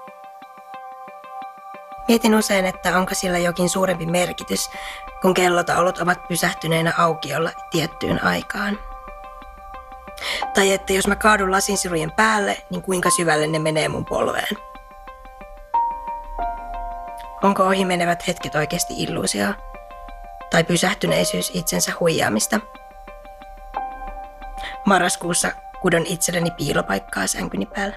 Mietin usein, että onko sillä jokin suurempi merkitys, kun kellotaulut ovat pysähtyneinä aukiolla tiettyyn aikaan. Tai että jos mä kaadun lasinsirujen päälle, niin kuinka syvälle ne menee mun polveen. Onko ohimenevät hetket oikeasti illuusioa? Tai pysähtyneisyys itsensä huijaamista? Marraskuussa kudon itselleni piilopaikkaa sänkyni päällä.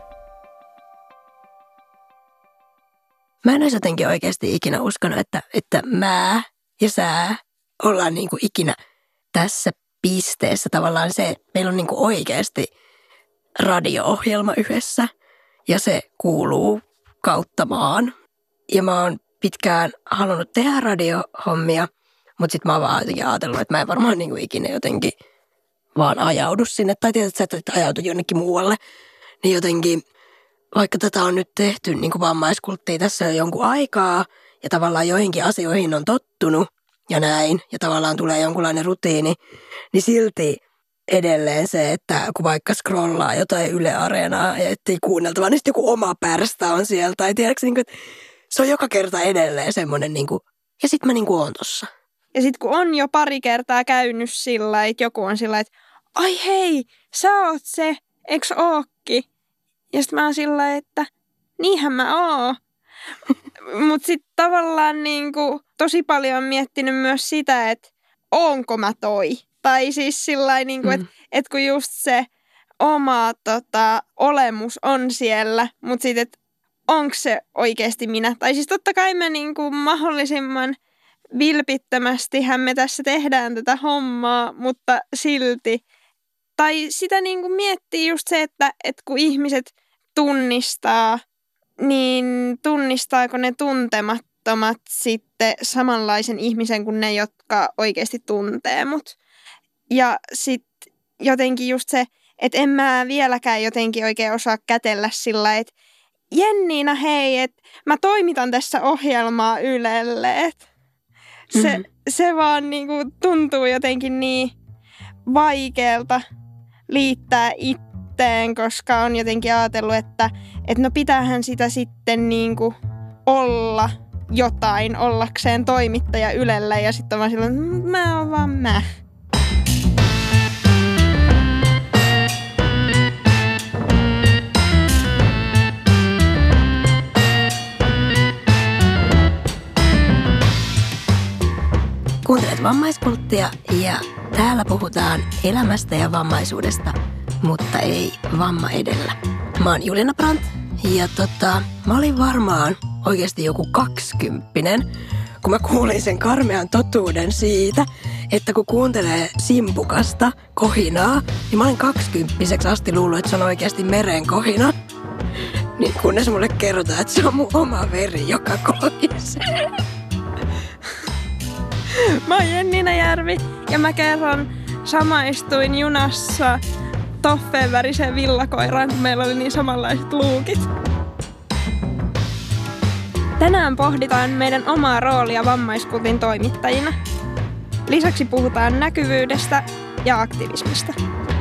Mä en olisi jotenkin oikeasti ikinä uskonut, että mä ja sä ollaan niinku ikinä tässä pisteessä. Tavallaan se, että meillä on niinku oikeasti radio-ohjelma yhdessä ja se kuuluu kautta maan. Ja mä oon pitkään halunnut tehdä radiohommia, mutta sit mä oon vaan jotenkin ajatellut, että mä en varmaan niinku ikinä jotenkin vaan ajaudu sinne. Tai tietysti sä et ajautu jonnekin muualle. Niin jotenkin, vaikka tätä on nyt tehty niin kuin vammaiskulttia tässä jo jonkun aikaa ja tavallaan joihinkin asioihin on tottunut ja näin ja tavallaan tulee jonkunlainen rutiini, niin silti edelleen se, että kun vaikka scrollaa jotain Yle Areenaa ja etsii kuunneltavaa, niin sitten joku oma pärstä on siellä. Tai tiedätkö, niin kuin, että se on joka kerta edelleen semmoinen, niin kuin, ja sitten mä niin kuin oon tossa. Ja sitten kun on jo pari kertaa käynyt sillä, että joku on sillä, että ai hei, sä oot se, eiks ookki? Ja sitten mä oon sillä, että niinhän mä oon. Mutta sitten tavallaan niinku tosi paljon on miettinyt myös sitä, että onko mä toi. Tai siis sillä niinku, että kun just se oma olemus on siellä, mutta sitten, että onko se oikeasti minä. Tai siis totta kai me niinku mahdollisimman vilpittömästihän me tässä tehdään tätä hommaa, mutta silti. Tai sitä niinku miettii just se, että kun ihmiset tunnistaa, niin tunnistaako ne tuntemattomat sitten samanlaisen ihmisen kuin ne, jotka oikeasti tuntee mut. Ja sitten jotenkin just se, että en mä vieläkään jotenkin oikein osaa kätellä sillä, että Jenniina hei, että mä toimitan tässä ohjelmaa Ylelle. Se vaan niinku tuntuu jotenkin niin vaikealta liittää itteen, koska on jotenkin ajatellut, että no pitäähän sitä sitten niinku olla jotain ollakseen toimittaja Ylellä ja sitten on vaan silloin, mä oon vaan mä. Kuuntelet Vammaiskulttia ja täällä puhutaan elämästä ja vammaisuudesta, mutta ei vamma edellä. Mä oon Juliana Brandt ja mä olin varmaan oikeasti joku 20, kun mä kuulin sen karmean totuuden siitä, että kun kuuntelee simpukasta kohinaa, niin mä olin 20 asti luullut, että se on oikeasti merenkohina. Niin kunnes mulle kerrotaan, että se on mun oma veri, joka kohisee. Mä oon Jenniina Järvi ja mä kerron samaistuin junassa toffeen väriseen villakoiraan, kun meillä oli niin samanlaiset luukit. Tänään pohditaan meidän omaa roolia vammaiskultin toimittajina. Lisäksi puhutaan näkyvyydestä ja aktivismista.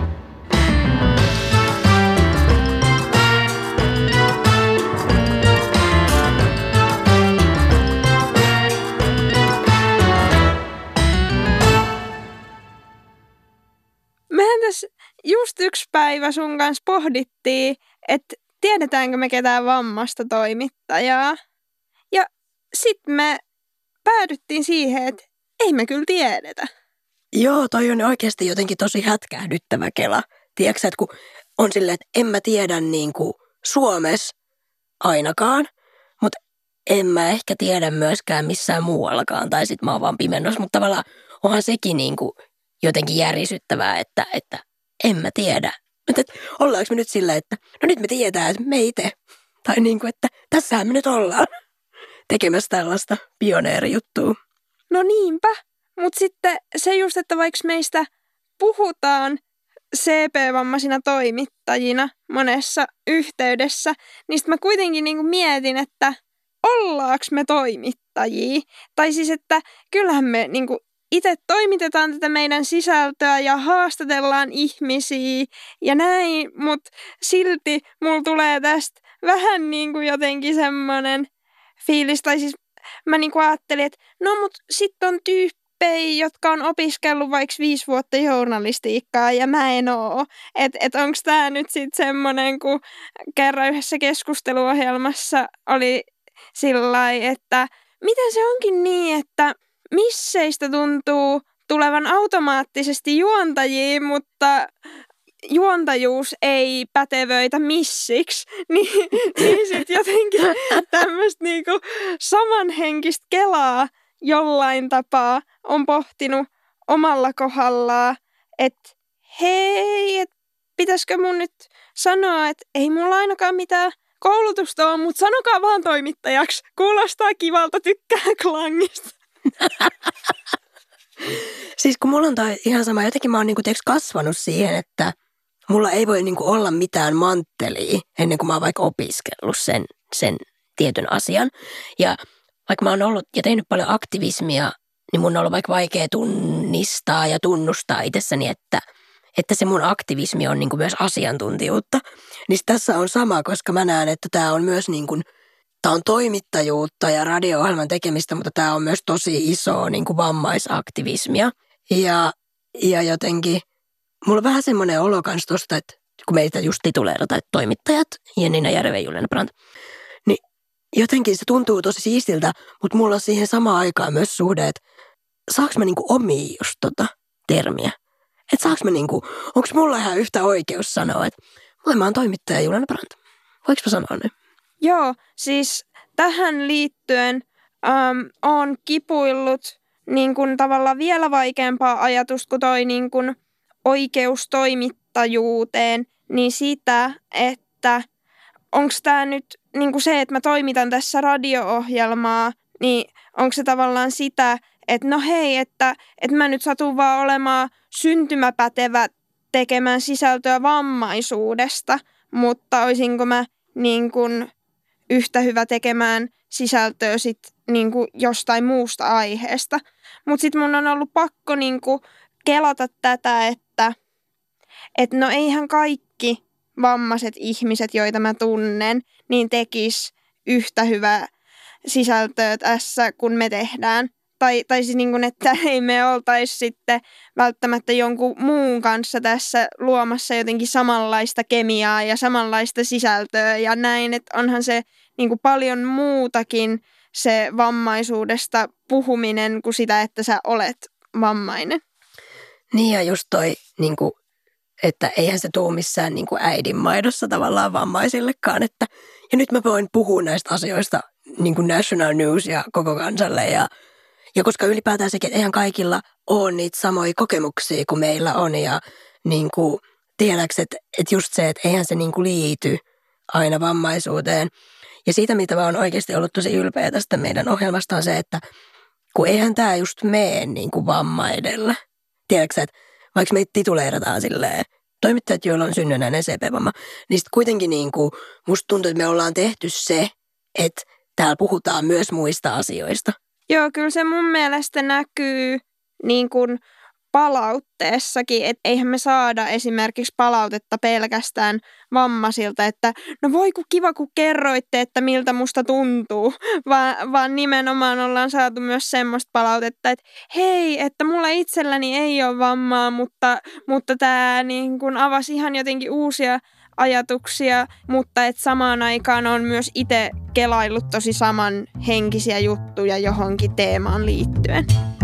Mehän tässä just yksi päivä sun kanssa pohdittiin, että tiedetäänkö me ketään vammasta toimittajaa. Ja sitten me päädyttiin siihen, että ei me kyllä tiedetä. Joo, toi on oikeasti jotenkin tosi hätkähdyttävä kela. Tiedätkö, että kun on silleen, että en mä tiedä niin kuin Suomessa ainakaan, mutta en mä ehkä tiedä myöskään missään muuallakaan. Tai sit mä oon vaan pimennossa, mutta tavallaan onhan sekin niin kuin jotenkin järisyttävää, että en mä tiedä. Mutta ollaanko me nyt sillä, että no nyt me tiedetään, että me itse. Tai niin kuin, että tässähän me nyt ollaan tekemässä tällaista pioneerijuttua. No niinpä, mutta sitten se just, että vaikka meistä puhutaan CP-vammaisina toimittajina monessa yhteydessä, niin sitten mä kuitenkin niinku mietin, että ollaanko me toimittajia? Tai siis, että kyllähän me niinku itse toimitetaan tätä meidän sisältöä ja haastatellaan ihmisiä ja näin, mutta silti mulla tulee tästä vähän niin kuin jotenkin semmoinen fiilis. Tai siis mä niin kuin ajattelin, että no mut sitten on tyyppejä, jotka on opiskellut vaikka 5 vuotta journalistiikkaa ja mä en oo. Että onko tää nyt sitten semmoinen, kun kerran yhdessä keskusteluohjelmassa oli sillai, että miten se onkin niin, että misseistä tuntuu tulevan automaattisesti juontajia, mutta juontajuus ei pätevöitä missiksi, niin sitten jotenkin tämmöistä niinku samanhenkistä kelaa jollain tapaa on pohtinut omalla kohdallaan, että hei, et pitäisikö mun nyt sanoa, että ei mulla ainakaan mitään koulutusta on, mutta sanokaa vaan toimittajaksi. Kuulostaa kivalta, tykkää klangista. Siis kun mulla on toi ihan sama, jotenkin mä oon niinku kasvanut siihen, että mulla ei voi niinku olla mitään manttelia ennen kuin mä oon vaikka opiskellut sen tietyn asian. Ja vaikka mä oon ollut ja tehnyt paljon aktivismia, niin mun on ollut vaikka vaikea tunnistaa ja tunnustaa itsessäni, että se mun aktivismi on niinku myös asiantuntijuutta. Niin tässä on sama, koska mä näen, että tää on myös niinku, tää on toimittajuutta ja radio-ohjelman tekemistä, mutta tää on myös tosi isoa niinku vammaisaktivismia. Ja jotenkin mulla on vähän semmoinen olo kans tosta, että kun meitä just tituleerataan, että toimittajat, Jenni Järve ja Juliana Brandt, niin jotenkin se tuntuu tosi siistiltä, mutta mulla on siihen samaan aikaan myös suhde, että saaks mä niinku omia just termiä? Että saaks mä niinku, onks mulla ihan yhtä oikeus sanoa, että mä oon toimittaja Juliana Brandt? Voinko mä sanoa niin? Joo, siis tähän liittyen on kipuillut niin kun tavallaan vielä vaikeampaa ajatusta kuin toi niin kun oikeus toimittajuuteen, niin sitä, että onko tämä nyt niin kuin se, että mä toimitan tässä radio-ohjelmaa, niin onko se tavallaan sitä, että no hei, että mä nyt satun vaan olemaan syntymäpätevä tekemään sisältöä vammaisuudesta, mutta olisinko mä niin kuin yhtä hyvä tekemään sisältöä sit niin kuin jostain muusta aiheesta. Mutta sitten mun on ollut pakko niin kuin kelata tätä, että no eihän kaikki vammaiset ihmiset, joita mä tunnen, niin tekis yhtä hyvää sisältöä tässä, kun me tehdään. Tai siis niin kuin, että ei me oltaisi sitten välttämättä jonkun muun kanssa tässä luomassa jotenkin samanlaista kemiaa ja samanlaista sisältöä ja näin, että onhan se niin kuin paljon muutakin se vammaisuudesta puhuminen kuin sitä, että sä olet vammainen. Niin ja just toi, niin kuin, että eihän se tuu missään niin kuin äidinmaidossa tavallaan vammaisillekaan. Ja nyt mä voin puhua näistä asioista niin kuin National News ja koko kansalle. Ja koska ylipäätään sekin, että eihän kaikilla ole niitä samoja kokemuksia kuin meillä on. Ja niin kuin, tiedäks, että just se, että eihän se niin kuin liity aina vammaisuuteen. Ja siitä, mitä mä oon oikeasti ollut tosi ylpeä tästä meidän ohjelmasta, on se, että kun eihän tämä just mene niin kuin vamma edellä. Tiedätkö, että vaikka meitä tituleerataan silleen, toimittajat, joilla on synnynnäinen CP-vamma, niin sitten kuitenkin niin kuin, musta tuntuu, että me ollaan tehty se, että täällä puhutaan myös muista asioista. Joo, kyllä se mun mielestä näkyy niin kuin palautteessakin, että eihän me saada esimerkiksi palautetta pelkästään vammaisilta, että no voi kun kiva kun kerroitte, että miltä musta tuntuu, vaan nimenomaan ollaan saatu myös semmoista palautetta, että hei, että mulla itselläni ei ole vammaa, mutta tämä niin kuin avasi ihan jotenkin uusia ajatuksia, mutta että samaan aikaan on myös itse kelaillut tosi samanhenkisiä juttuja johonkin teemaan liittyen.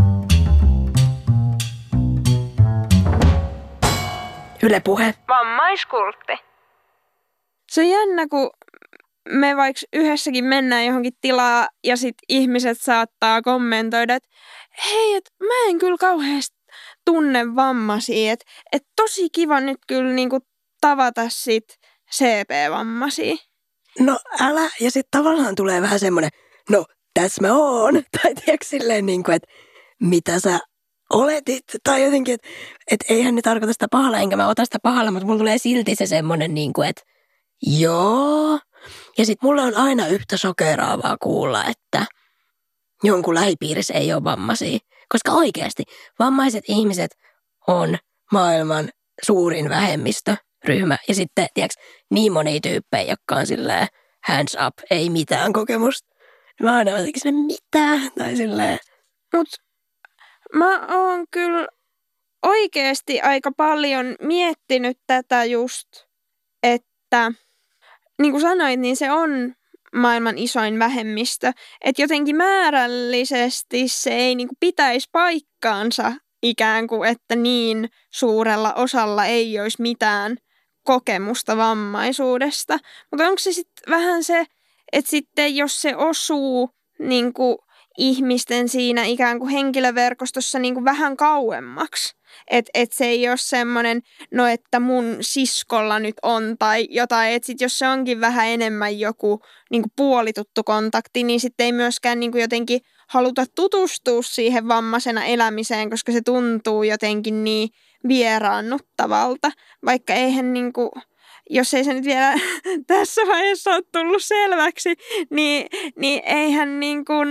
Yle Puhe. Vammaiskultti. Se on jännä, kun me vaikka yhdessäkin mennään johonkin tilaa ja sit ihmiset saattaa kommentoida, että hei, et mä en kyllä kauheasti tunne vammaisia, että tosi kiva nyt kyllä niinku tavata sit CP-vammaisia. No älä, ja sitten tavallaan tulee vähän semmoinen, no tässä mä oon, tai tiedätkö silleen niin kuin, että mitä sä oletit, tai jotenkin, että eihän ne tarkoita sitä pahalla, enkä mä ota sitä pahalla, mutta mulla tulee silti se semmoinen niin kuin, että joo. Ja sitten mulla on aina yhtä shokeraavaa kuulla, että jonkun lähipiirissä ei ole vammaisia, koska oikeasti vammaiset ihmiset on maailman suurin vähemmistöryhmä. Ja sitten, tiedätkö, niin monia tyyppejä, jotka on silleen hands up, ei mitään kokemusta. Mä aina jotenkin silleen, mitä? Tai silleen. Mut mä oon kyllä oikeesti aika paljon miettinyt tätä just, että niin kuin sanoit, niin se on maailman isoin vähemmistö. Että jotenkin määrällisesti se ei niin kuin pitäisi paikkaansa ikään kuin, että niin suurella osalla ei olisi mitään kokemusta vammaisuudesta. Mutta onko se sitten vähän se, että sitten jos se osuu niin kuin ihmisten siinä ikään kuin henkilöverkostossa niin kuin vähän kauemmaksi, että se ei ole semmoinen, no että mun siskolla nyt on tai jotain, että sitten jos se onkin vähän enemmän joku niin kuin puolituttu kontakti, niin sitten ei myöskään niin kuin jotenkin haluta tutustua siihen vammaisena elämiseen, koska se tuntuu jotenkin niin vieraannuttavalta, vaikka eihän niin kuin, jos ei se nyt vielä tässä vaiheessa ole tullut selväksi, niin eihän niin kuin,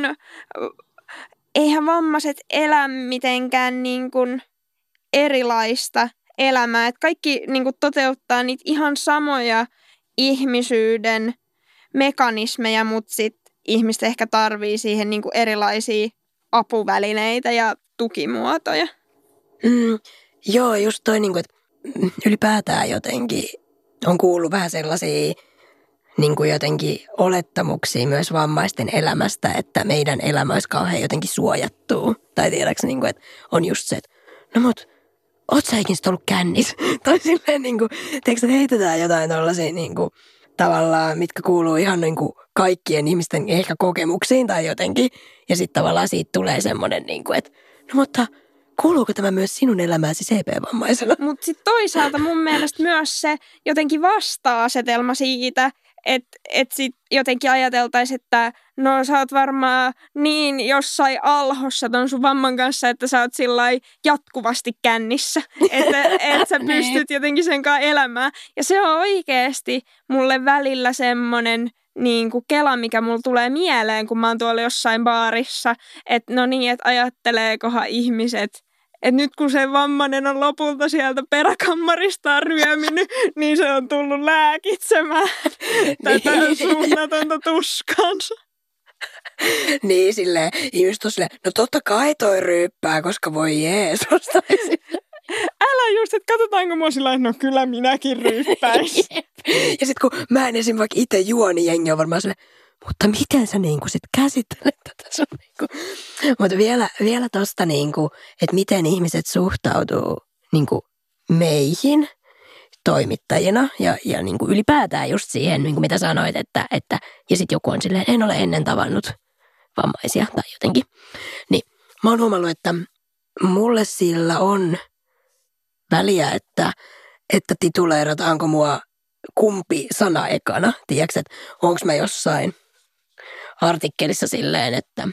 eihän vammaiset elä mitenkään niin kuin erilaista elämää. Että kaikki niin kuin toteuttaa niitä ihan samoja ihmisyyden mekanismeja, mutta sitten ihmiset ehkä tarvii siihen niin kuin erilaisia apuvälineitä ja tukimuotoja. Joo, just toi, niin kuin, että ylipäätään jotenkin on kuullut vähän sellaisia niin kuin jotenkin olettamuksia myös vammaisten elämästä, että meidän elämä olisi kauhean jotenkin suojattua. Tai tiedätkö, niin kuin, että on just se, että no mut, oot sä ikinä ollut kännis? Tai silleen niin kuin, tiedätkö, että heitetään jotain tollaisia niin kuin, tavallaan, mitkä kuuluu ihan niin kuin kaikkien ihmisten ehkä kokemuksiin tai jotenkin. Ja sitten tavallaan siitä tulee semmoinen, niin kuin, että no mutta kuuluuko tämä myös sinun elämääsi CP-vammaisena? Mutta sitten toisaalta mun mielestä myös se jotenkin vasta-asetelma siitä, että sitten jotenkin ajateltaisiin, että no sä oot varmaan niin jossain alhossa ton sun vamman kanssa, että sä oot sillai jatkuvasti kännissä, että et sä pystyt jotenkin sen kanssa elämään. Ja se on oikeasti mulle välillä semmoinen niin kuin kela, mikä mulla tulee mieleen, kun mä oon tuolla jossain baarissa, että no niin, että ajatteleekohan ihmiset, että nyt kun se vammainen on lopulta sieltä peräkammaristaan ryöminyt, niin se on tullut lääkitsemään tätä suunnatonta tuskaansa. Niin, silleen, ihmiset on silleen, no totta kai toi ryyppää, koska voi Jeesus. Älä just, että katsotaanko mua sillä, no kyllä minäkin ryyppäisin. Ja sitten kun mä en esim. Vaikka itse juo, niin jengi on varmaan silleen, mutta miten sä niinku sit käsittelet tätä sun niinku. Mutta vielä tosta niinku, että miten ihmiset suhtautuu niinku meihin toimittajina ja niinku ylipäätään just siihen, niinku mitä sanoit, että ja sitten joku on silleen, en ole ennen tavannut vammaisia tai jotenkin. Niin mä oon huomannut, että mulle sillä on väliä, että tituleerataanko mua kumpi sana ekana. Tiedätkö, että onko mä jossain artikkelissa silleen, että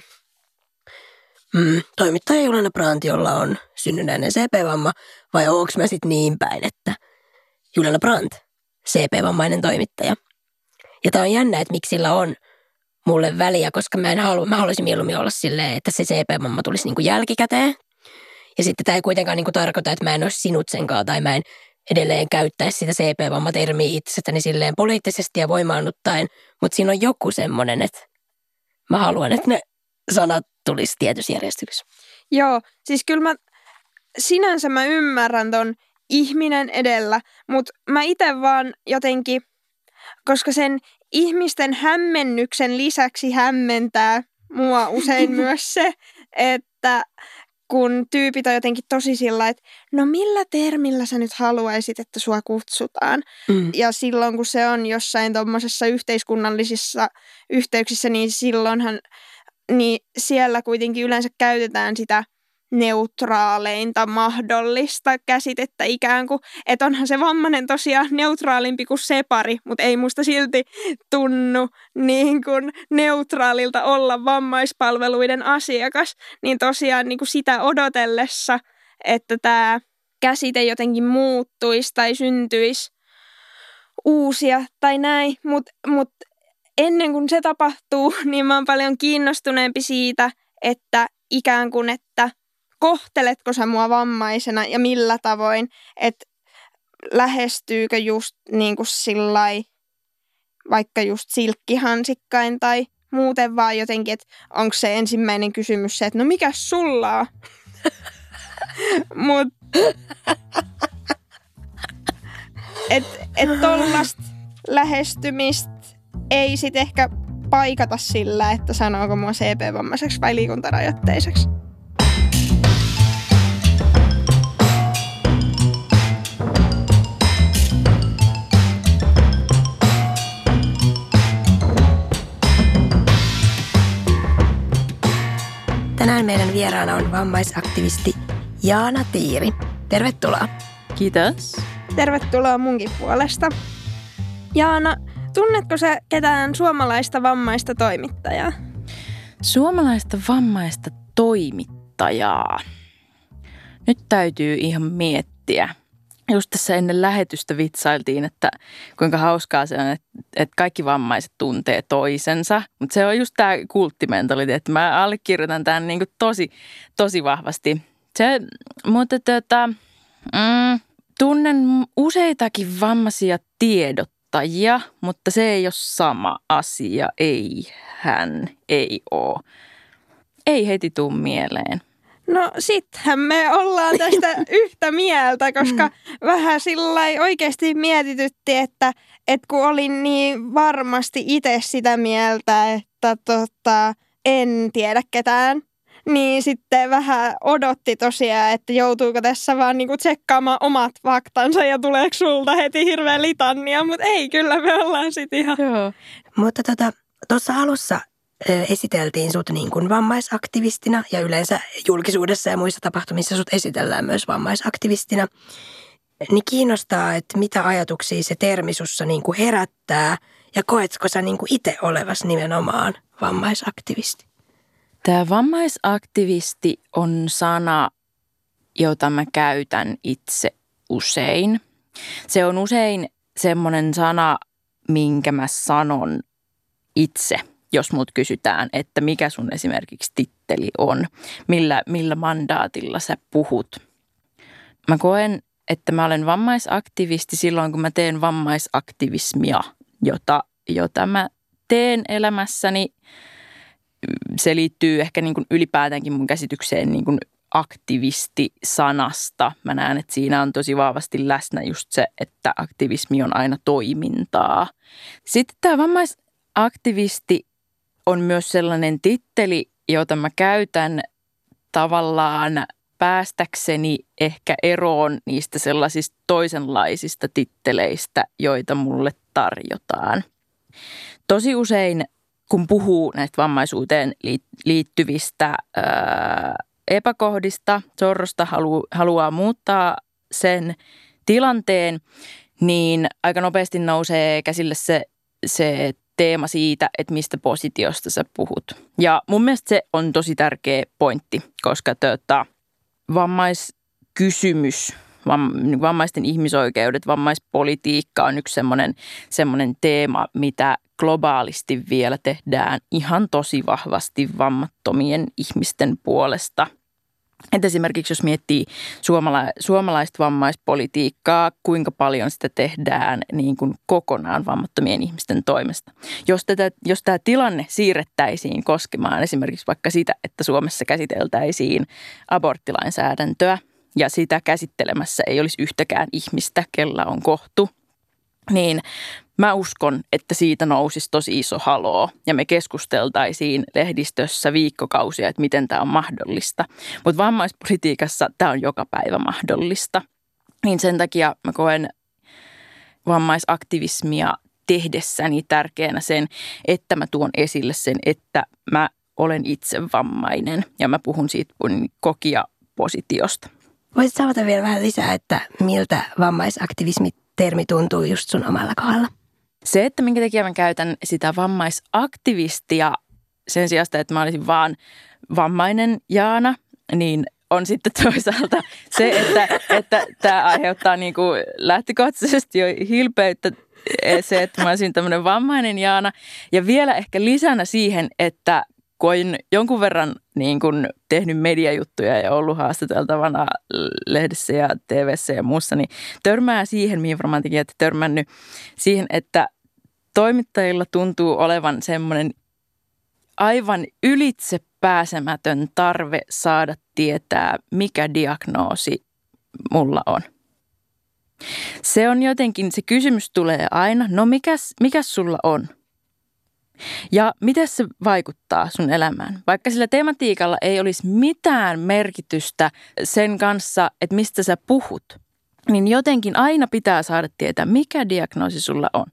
toimittaja Juliana Brandt, jolla on synnynnäinen CP-vamma, vai onko mä sitten niin päin, että Juliana Brandt, CP-vammainen toimittaja. Ja tää on jännä, että miksi sillä on mulle väliä, koska mä haluaisin mieluummin olla silleen, että se CP-vamma tulisi niinku jälkikäteen. Ja sitten tämä ei kuitenkaan niinku tarkoita, että mä en olisi sinut senkaan tai mä en edelleen käyttäisi sitä CP-vammatermiä itsestäni silleen poliittisesti ja voimaannuttaen, mutta siinä on joku semmoinen, että mä haluan, että ne sanat tulisi tietyssä järjestyksessä. Joo, siis kyllä sinänsä mä ymmärrän ton ihminen edellä, mutta mä itse vaan jotenkin, koska sen ihmisten hämmennyksen lisäksi hämmentää mua usein myös se, että kun tyypit on jotenkin tosi sillä, että no millä termillä sä nyt haluaisit, että sua kutsutaan. Ja silloin kun se on jossain tuommoisessa yhteiskunnallisissa yhteyksissä, niin silloinhan niin siellä kuitenkin yleensä käytetään sitä neutraaleinta mahdollista käsitettä ikään kuin. Että onhan se vammainen tosiaan neutraalimpi kuin separi, mutta ei musta silti tunnu niin kuin neutraalilta olla vammaispalveluiden asiakas. Niin tosiaan niin kuin sitä odotellessa, että tämä käsite jotenkin muuttuisi tai syntyisi uusia tai näin. Mutta ennen kuin se tapahtuu, niin mä oon paljon kiinnostuneempi siitä, että ikään kuin, että kohteletko sä mua vammaisena ja millä tavoin, että lähestyykö just niin kuin sillai vaikka just silkkihansikkain tai muuten vaan jotenkin, että onko se ensimmäinen kysymys se, että no mikäs sulla on? Mut et tollasta lähestymistä ei sit ehkä paikata sillä, että sanooko mua CP-vammaiseksi vai liikuntarajoitteiseksi. Tänään meidän vieraana on vammaisaktivisti Jaana Tiiri. Tervetuloa. Kiitos. Tervetuloa munkin puolesta. Jaana, tunnetko sä ketään suomalaista vammaista toimittajaa? Suomalaista vammaista toimittajaa. Nyt täytyy ihan miettiä. Just tässä ennen lähetystä vitsailtiin, että kuinka hauskaa se on, että kaikki vammaiset tuntee toisensa. Mutta se on just tämä kulttimentaliteetti. Mä allekirjoitan tämän niin kuin tosi vahvasti. Mutta tunnen useitakin vammaisia tiedottajia, mutta se ei ole sama asia. Ei ole. Ei heti tule mieleen. No sittenhän me ollaan tästä yhtä mieltä, koska vähän sillai oikeasti mietitytti, että kun olin niin varmasti itse sitä mieltä, että en tiedä ketään, niin sitten vähän odotti tosiaan, että joutuuko tässä vaan niinku tsekkaamaan omat faktansa ja tuleeko sulta heti hirveä litannia, mutta ei, kyllä me ollaan sitten ihan. Joo. Mutta tuossa alussa esiteltiin sut niin kuin vammaisaktivistina ja yleensä julkisuudessa ja muissa tapahtumissa sut esitellään myös vammaisaktivistina. Niin kiinnostaa, että mitä ajatuksia se termi sussa niin kuin herättää ja koetko sä niin kuin itse olevas nimenomaan vammaisaktivisti? Tämä vammaisaktivisti on sana, jota mä käytän itse usein. Se on usein semmoinen sana, minkä mä sanon itse, jos mut kysytään, että mikä sun esimerkiksi titteli on, millä mandaatilla sä puhut. Mä koen, että mä olen vammaisaktivisti silloin, kun mä teen vammaisaktivismia, jota mä teen elämässäni. Se liittyy ehkä niin kuin ylipäätäänkin mun käsitykseen niin kuin aktivisti-sanasta. Mä näen, että siinä on tosi vahvasti läsnä just se, että aktivismi on aina toimintaa. Sitten tämä vammaisaktivisti on myös sellainen titteli, jota mä käytän tavallaan päästäkseni ehkä eroon niistä sellaisista toisenlaisista titteleistä, joita mulle tarjotaan. Tosi usein, kun puhuu näistä vammaisuuteen liittyvistä epäkohdista, sorrosta, haluaa muuttaa sen tilanteen, niin aika nopeasti nousee käsille se teema siitä, että mistä positiosta sä puhut. Ja mun mielestä se on tosi tärkeä pointti, koska vammaiskysymys, vammaisten ihmisoikeudet, vammaispolitiikka on yksi semmoinen teema, mitä globaalisti vielä tehdään ihan tosi vahvasti vammattomien ihmisten puolesta. Et esimerkiksi jos miettii suomalaista vammaispolitiikkaa, kuinka paljon sitä tehdään niin kuin kokonaan vammattomien ihmisten toimesta. Jos tämä tilanne siirrettäisiin koskemaan esimerkiksi vaikka sitä, että Suomessa käsiteltäisiin aborttilainsäädäntöä ja sitä käsittelemässä ei olisi yhtäkään ihmistä, kellä on kohtu, niin mä uskon, että siitä nousisi tosi iso haloo ja me keskusteltaisiin lehdistössä viikkokausia, että miten tämä on mahdollista. Mutta vammaispolitiikassa tämä on joka päivä mahdollista. Niin sen takia mä koen vammaisaktivismia tehdessäni tärkeänä sen, että mä tuon esille sen, että mä olen itse vammainen ja mä puhun siitä kokijapositiosta. Voisitko avata vielä vähän lisää, että miltä vammaisaktivismi-termi tuntuu just sun omalla kohdalla? Se, että minkä takia mä käytän sitä vammaisaktivistia sen sijaan, että mä olisin vaan vammainen Jaana, niin on sitten toisaalta se, että tämä aiheuttaa niin kuin lähtökohtaisesti jo hilpeyttä se, että mä olisin tämmöinen vammainen Jaana. Ja vielä ehkä lisänä siihen, että kun olen jonkun verran niin kuin tehnyt mediajuttuja ja ollut haastateltavana lehdessä ja TV:ssä ja muussa, niin törmää siihen, mihin varmaan tekin olette törmännyt, siihen, että toimittajilla tuntuu olevan semmoinen aivan ylitse pääsemätön tarve saada tietää, mikä diagnoosi mulla on. Se on jotenkin, se kysymys tulee aina, no mikäs sulla on? Ja miten se vaikuttaa sun elämään? Vaikka sillä tematiikalla ei olisi mitään merkitystä sen kanssa, että mistä sä puhut, niin jotenkin aina pitää saada tietää, mikä diagnoosi sulla on.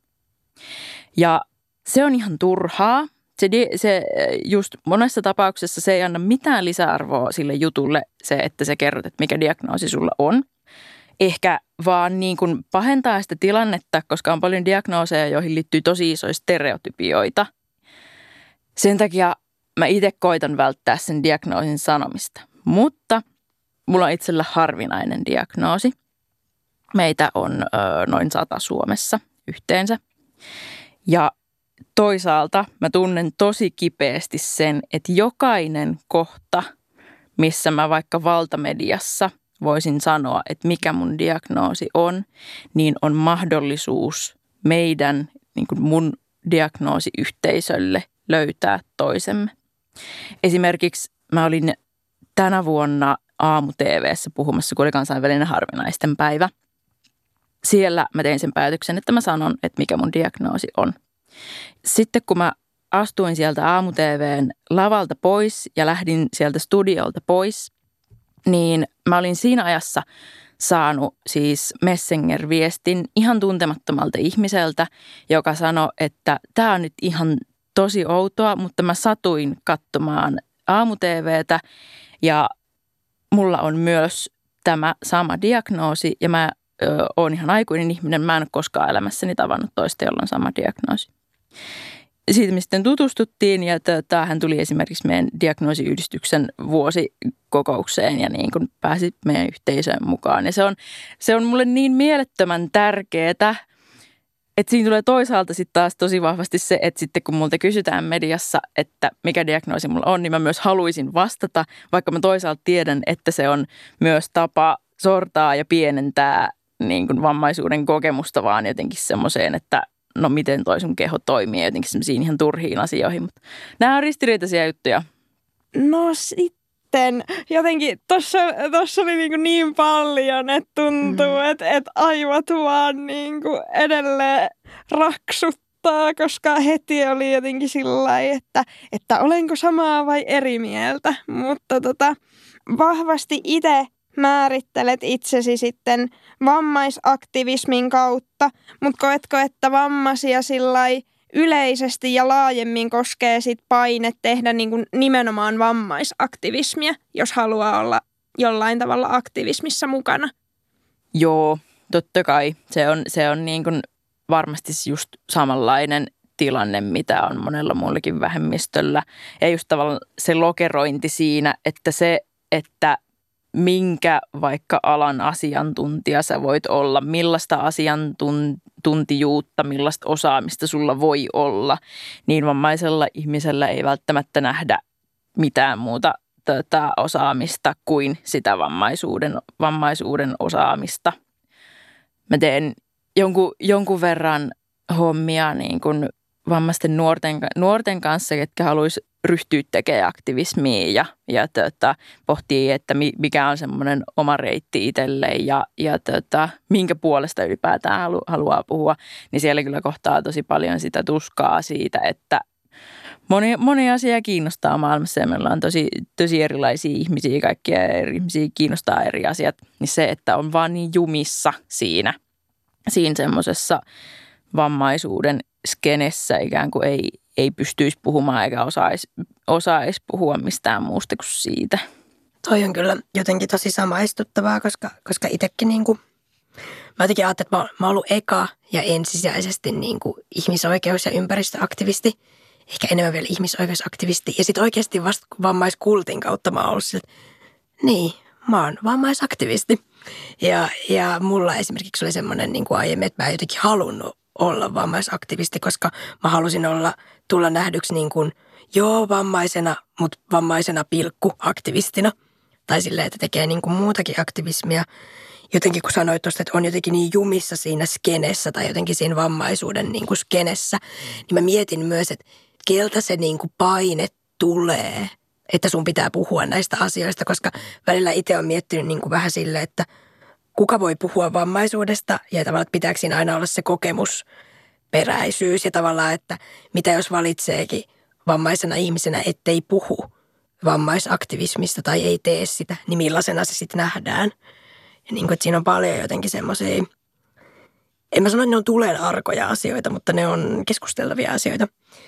Ja se on ihan turhaa. Se just monessa tapauksessa se ei anna mitään lisäarvoa sille jutulle, se, että sä kerrot, että mikä diagnoosi sulla on. Ehkä vaan niin kuin pahentaa sitä tilannetta, koska on paljon diagnooseja, joihin liittyy tosi isoja stereotypioita. Sen takia mä itse koitan välttää sen diagnoosin sanomista. Mutta mulla on itsellä harvinainen diagnoosi. Meitä on noin 100 Suomessa yhteensä. Ja toisaalta mä tunnen tosi kipeästi sen, että jokainen kohta, missä mä vaikka valtamediassa voisin sanoa, että mikä mun diagnoosi on, niin on mahdollisuus meidän, niin kuin mun diagnoosiyhteisölle löytää toisemme. Esimerkiksi mä olin tänä vuonna aamu-TV:ssä puhumassa, kun oli kansainvälinen harvinaisten päivä. Siellä mä tein sen päätöksen, että mä sanon, että mikä mun diagnoosi on. Sitten kun mä astuin sieltä aamu-TV:n lavalta pois ja lähdin sieltä studiolta pois, niin mä olin siinä ajassa saanut siis Messenger-viestin ihan tuntemattomalta ihmiseltä, joka sanoi, että tämä on nyt ihan tosi outoa, mutta mä satuin katsomaan aamu-TV:tä ja mulla on myös tämä sama diagnoosi ja mä oon ihan aikuinen ihminen. Mä en ole koskaan elämässäni tavannut toista, jolla on sama diagnoosi. Siitä me sitten tutustuttiin ja hän tuli esimerkiksi meidän diagnoosiyhdistyksen vuosikokoukseen ja niin kuin pääsi meidän yhteisöön mukaan. Ja se on mulle niin mielettömän tärkeää, että siinä tulee toisaalta sitten taas tosi vahvasti se, että sitten kun multa kysytään mediassa, että mikä diagnoosi mulla on, niin mä myös haluaisin vastata, vaikka mä toisaalta tiedän, että se on myös tapa sortaa ja pienentää niin kuin vammaisuuden kokemusta vaan jotenkin semmoiseen, että no miten toi sun keho toimii jotenkin semmoisiin ihan turhiin asioihin. Mutta nämä on ristiriitaisia juttuja. No sitten jotenkin tuossa oli niin paljon, että tuntuu, että aivot vaan niin kuin edelleen raksuttaa, koska heti oli jotenkin sillä lailla, että olenko samaa vai eri mieltä. Mutta vahvasti itse määrittelet itsesi sitten vammaisaktivismin kautta, mutta koetko, että vammaisia sillai yleisesti ja laajemmin koskee sit paine tehdä niin kuin nimenomaan vammaisaktivismia, jos haluaa olla jollain tavalla aktivismissa mukana? Joo, totta kai. Se on niin kuin varmasti just samanlainen tilanne, mitä on monella muullekin vähemmistöllä. Ja just tavallaan se lokerointi siinä, että minkä vaikka alan asiantuntija sä voit olla, millaista asiantuntijuutta, millaista osaamista sulla voi olla, niin vammaisella ihmisellä ei välttämättä nähdä mitään muuta osaamista kuin sitä vammaisuuden osaamista. Mä teen jonkun verran hommia niin kuin vammaisten nuorten kanssa, ketkä haluaisi ryhtyä tekemään aktivismia ja pohtii, että mikä on semmoinen oma reitti itselleen ja minkä puolesta ylipäätään haluaa puhua, niin siellä kyllä kohtaa tosi paljon sitä tuskaa siitä, että moni asia kiinnostaa maailmassa ja meillä on tosi erilaisia ihmisiä, kaikkia eri ihmisiä kiinnostaa eri asiat, niin se, että on vaan niin jumissa siinä semmoisessa vammaisuuden skenessä ikään kuin ei pystyisi puhumaan eikä osaisi puhua mistään muusta kuin siitä. Toi on kyllä jotenkin tosi samaistuttavaa, koska itsekin niinku, mä jotenkin ajattelin, että mä oon ollut eka ja ensisijaisesti niinku ihmisoikeus- ja ympäristöaktivisti, ehkä enemmän vielä ihmisoikeusaktivisti. Ja sitten oikeasti vasta vammaiskultin kautta mä oon ollut sille, niin, mä oon vammaisaktivisti. Ja mulla esimerkiksi oli semmoinen niinku aiemmin, että mä en jotenkin halunnut olla vammaisaktivisti, koska mä halusin tulla nähdyksi niin kuin, vammaisena, mutta vammaisena aktivistina. Tai silleen, että tekee niin kuin muutakin aktivismia. jotenkin kun sanoit tuosta, että on jotenkin niin jumissa siinä skenessä tai jotenkin siinä vammaisuuden niin kuin skenessä, niin mä mietin myös, että keltä se niin kuin paine tulee, että sun pitää puhua näistä asioista, koska välillä itse on miettinyt niin kuin vähän silleen, että kuka voi puhua vammaisuudesta ja tavallaan, että pitääkö siinä aina olla se kokemusperäisyys ja tavallaan, että mitä jos valitseekin vammaisena ihmisenä, ettei puhu vammaisaktivismista tai ei tee sitä, niin millaisena se sitten nähdään. Ja niin kuin, että siinä on paljon jotenkin semmoisia, en mä sano, että ne on tulen arkoja asioita, mutta ne on keskusteltavia asioita.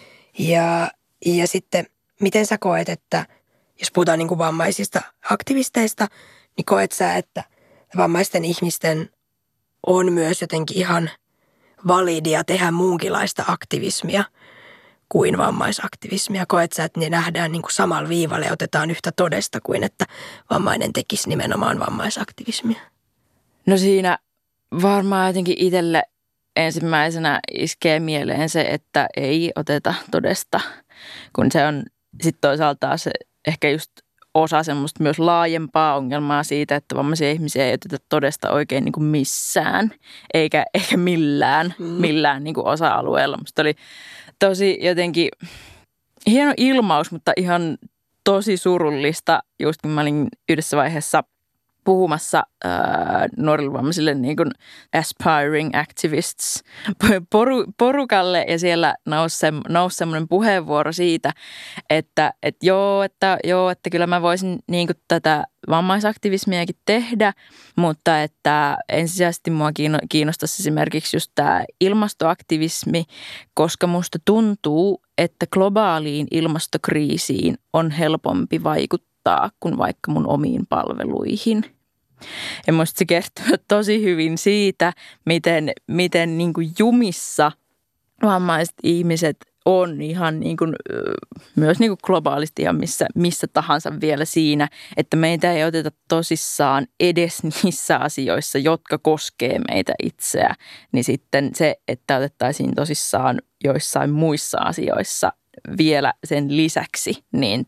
Ja sitten, miten sä koet, että jos puhutaan niin kuin vammaisista aktivisteista, niin koet sä, että vammaisten ihmisten on myös jotenkin ihan validia tehdä muunkinlaista aktivismia kuin vammaisaktivismia? Koet sä, että ne nähdään niin kuin samalla viivalla ja otetaan yhtä todesta kuin että vammainen tekisi nimenomaan vammaisaktivismia? No siinä varmaan jotenkin itselle ensimmäisenä iskee mieleen se, että ei oteta todesta, kun se on sitten toisaalta se ehkä just osa semmoista myös laajempaa ongelmaa siitä, että vammaisia ihmisiä ei oteta todesta oikein niin kuin missään, eikä millään niin kuin osa-alueella. Musta oli tosi jotenkin hieno ilmaus, mutta ihan tosi surullista, just kun mä olin yhdessä vaiheessa puhumassa nuorille vammaisille niin kuin aspiring activists porukalle ja siellä nousi semmoinen puheenvuoro siitä, että kyllä mä voisin niin kuin tätä vammaisaktivismiakin tehdä, mutta että ensisijaisesti mua kiinnostaisi esimerkiksi just tämä ilmastoaktivismi, koska musta tuntuu, että globaaliin ilmastokriisiin on helpompi vaikuttaa kuin vaikka mun omiin palveluihin. Ja musta se kertoo tosi hyvin siitä, miten niin kuin jumissa vammaiset ihmiset on ihan niin kuin, myös niin kuin globaalisti ja missä tahansa vielä siinä, että meitä ei oteta tosissaan edes niissä asioissa, jotka koskee meitä itseä. Niin sitten se, että otettaisiin tosissaan joissain muissa asioissa vielä sen lisäksi, niin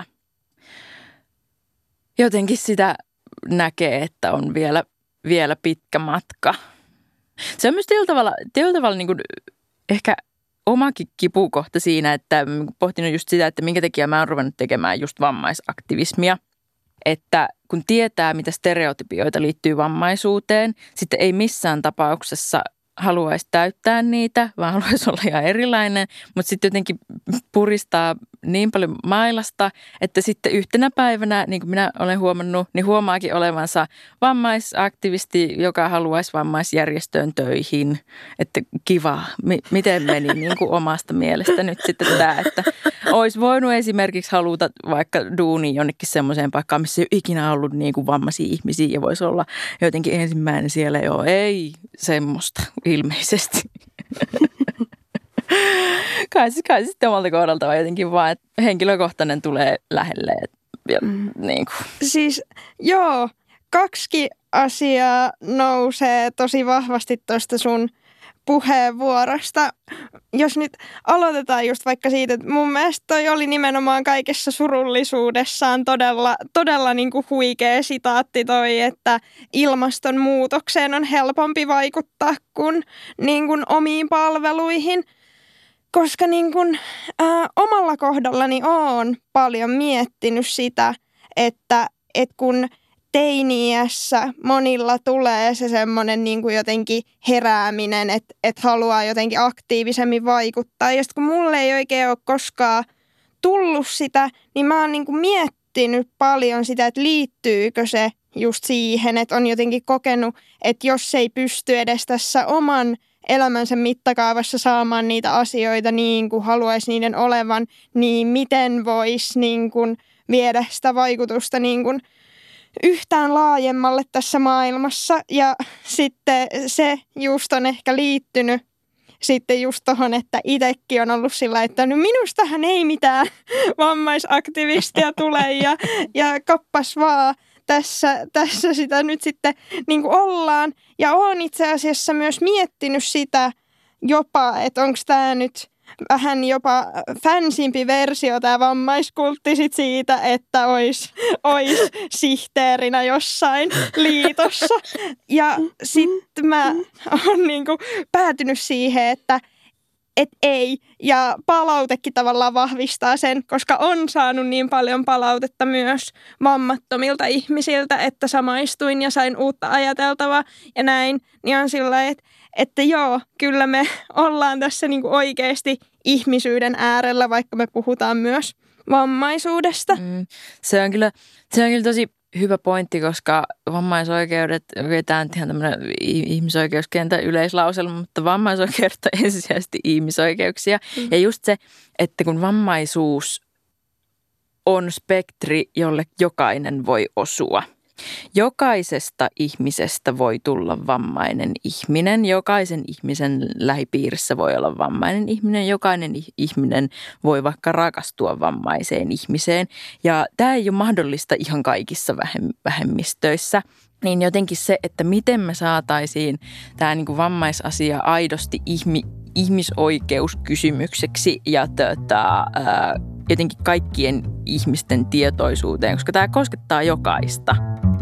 jotenkin sitä näkee, että on vielä pitkä matka. Se on myös tietyllä tavalla niin kuin ehkä omakin kipukohta siinä, että pohtinut just sitä, että minkä takia mä oon ruvennut tekemään just vammaisaktivismia. Että kun tietää, mitä stereotypioita liittyy vammaisuuteen, sitten ei missään tapauksessa haluaisi täyttää niitä, vaan haluaisi olla ihan erilainen, mutta sitten jotenkin puristaa niin paljon mailasta, että sitten yhtenä päivänä, niin kuin minä olen huomannut, niin huomaakin olevansa vammaisaktivisti, joka haluaisi vammaisjärjestöön töihin. Että kiva, miten meni niin kuin omasta mielestä nyt sitten tämä, että olisi voinut esimerkiksi haluta vaikka duuniin jonnekin semmoiseen paikkaan, missä ei ole ikinä ollut niin kuin vammaisia ihmisiä ja voisi olla jotenkin ensimmäinen siellä jo, ei semmoista ilmeisesti. Kai sitten omalta kohdalta on jotenkin vaan, että henkilökohtainen tulee lähelle. Niin kuin. Siis joo, 2 asiaa nousee tosi vahvasti tuosta sun puheenvuorosta. Jos nyt aloitetaan just vaikka siitä, että mun mielestä toi oli nimenomaan kaikessa surullisuudessaan todella niin kuin huikea sitaatti toi, että ilmastonmuutokseen on helpompi vaikuttaa kuin, niin kuin omiin palveluihin. Koska niin kun, omalla kohdallani olen paljon miettinyt sitä, että kun teini-iässä monilla tulee se semmoinen niin kuin jotenkin herääminen, että haluaa jotenkin aktiivisemmin vaikuttaa. Ja sitten kun mulle ei oikein ole koskaan tullut sitä, niin mä oon niin kuin miettinyt paljon sitä, että liittyykö se just siihen, että on jotenkin kokenut, että jos ei pysty edes tässä oman elämänsä mittakaavassa saamaan niitä asioita niin kuin haluaisi niiden olevan, niin miten voisi niin kuin viedä sitä vaikutusta niin kuin yhtään laajemmalle tässä maailmassa. Ja sitten se just on ehkä liittynyt sitten just tohon, että itsekin on ollut sillä, että no minustahan ei mitään vammaisaktivistia tule ja kappas vaan. Tässä sitä nyt sitten niin kuin ollaan. Ja olen itse asiassa myös miettinyt sitä jopa, että onko tämä nyt vähän jopa fansimpi versio tämä vammaiskultti sit siitä, että olisi sihteerinä jossain liitossa. Ja sitten mä oon niinku päätynyt siihen, että ei. Ja palautekin tavallaan vahvistaa sen, koska on saanut niin paljon palautetta myös vammattomilta ihmisiltä, että samaistuin ja sain uutta ajateltavaa ja näin. Niin on sillä että joo, kyllä me ollaan tässä niinku oikeasti ihmisyyden äärellä, vaikka me puhutaan myös vammaisuudesta. Se on kyllä tosi hyvä pointti, koska vammaisoikeudet, tämä on ihan tämmöinen ihmisoikeuskentän yleislauselma, mutta vammaisoikeudet on ensisijaisesti ihmisoikeuksia. Ja just se, että kun vammaisuus on spektri, jolle jokainen voi osua. Jokaisesta ihmisestä voi tulla vammainen ihminen, jokaisen ihmisen lähipiirissä voi olla vammainen ihminen, jokainen ihminen voi vaikka rakastua vammaiseen ihmiseen. Ja tämä ei ole mahdollista ihan kaikissa vähemmistöissä. Niin jotenkin se, että miten me saataisiin tämä niin kuin vammaisasia aidosti ihmisoikeuskysymykseksi ja jotenkin kaikkien ihmisten tietoisuuteen, koska tämä koskettaa jokaista.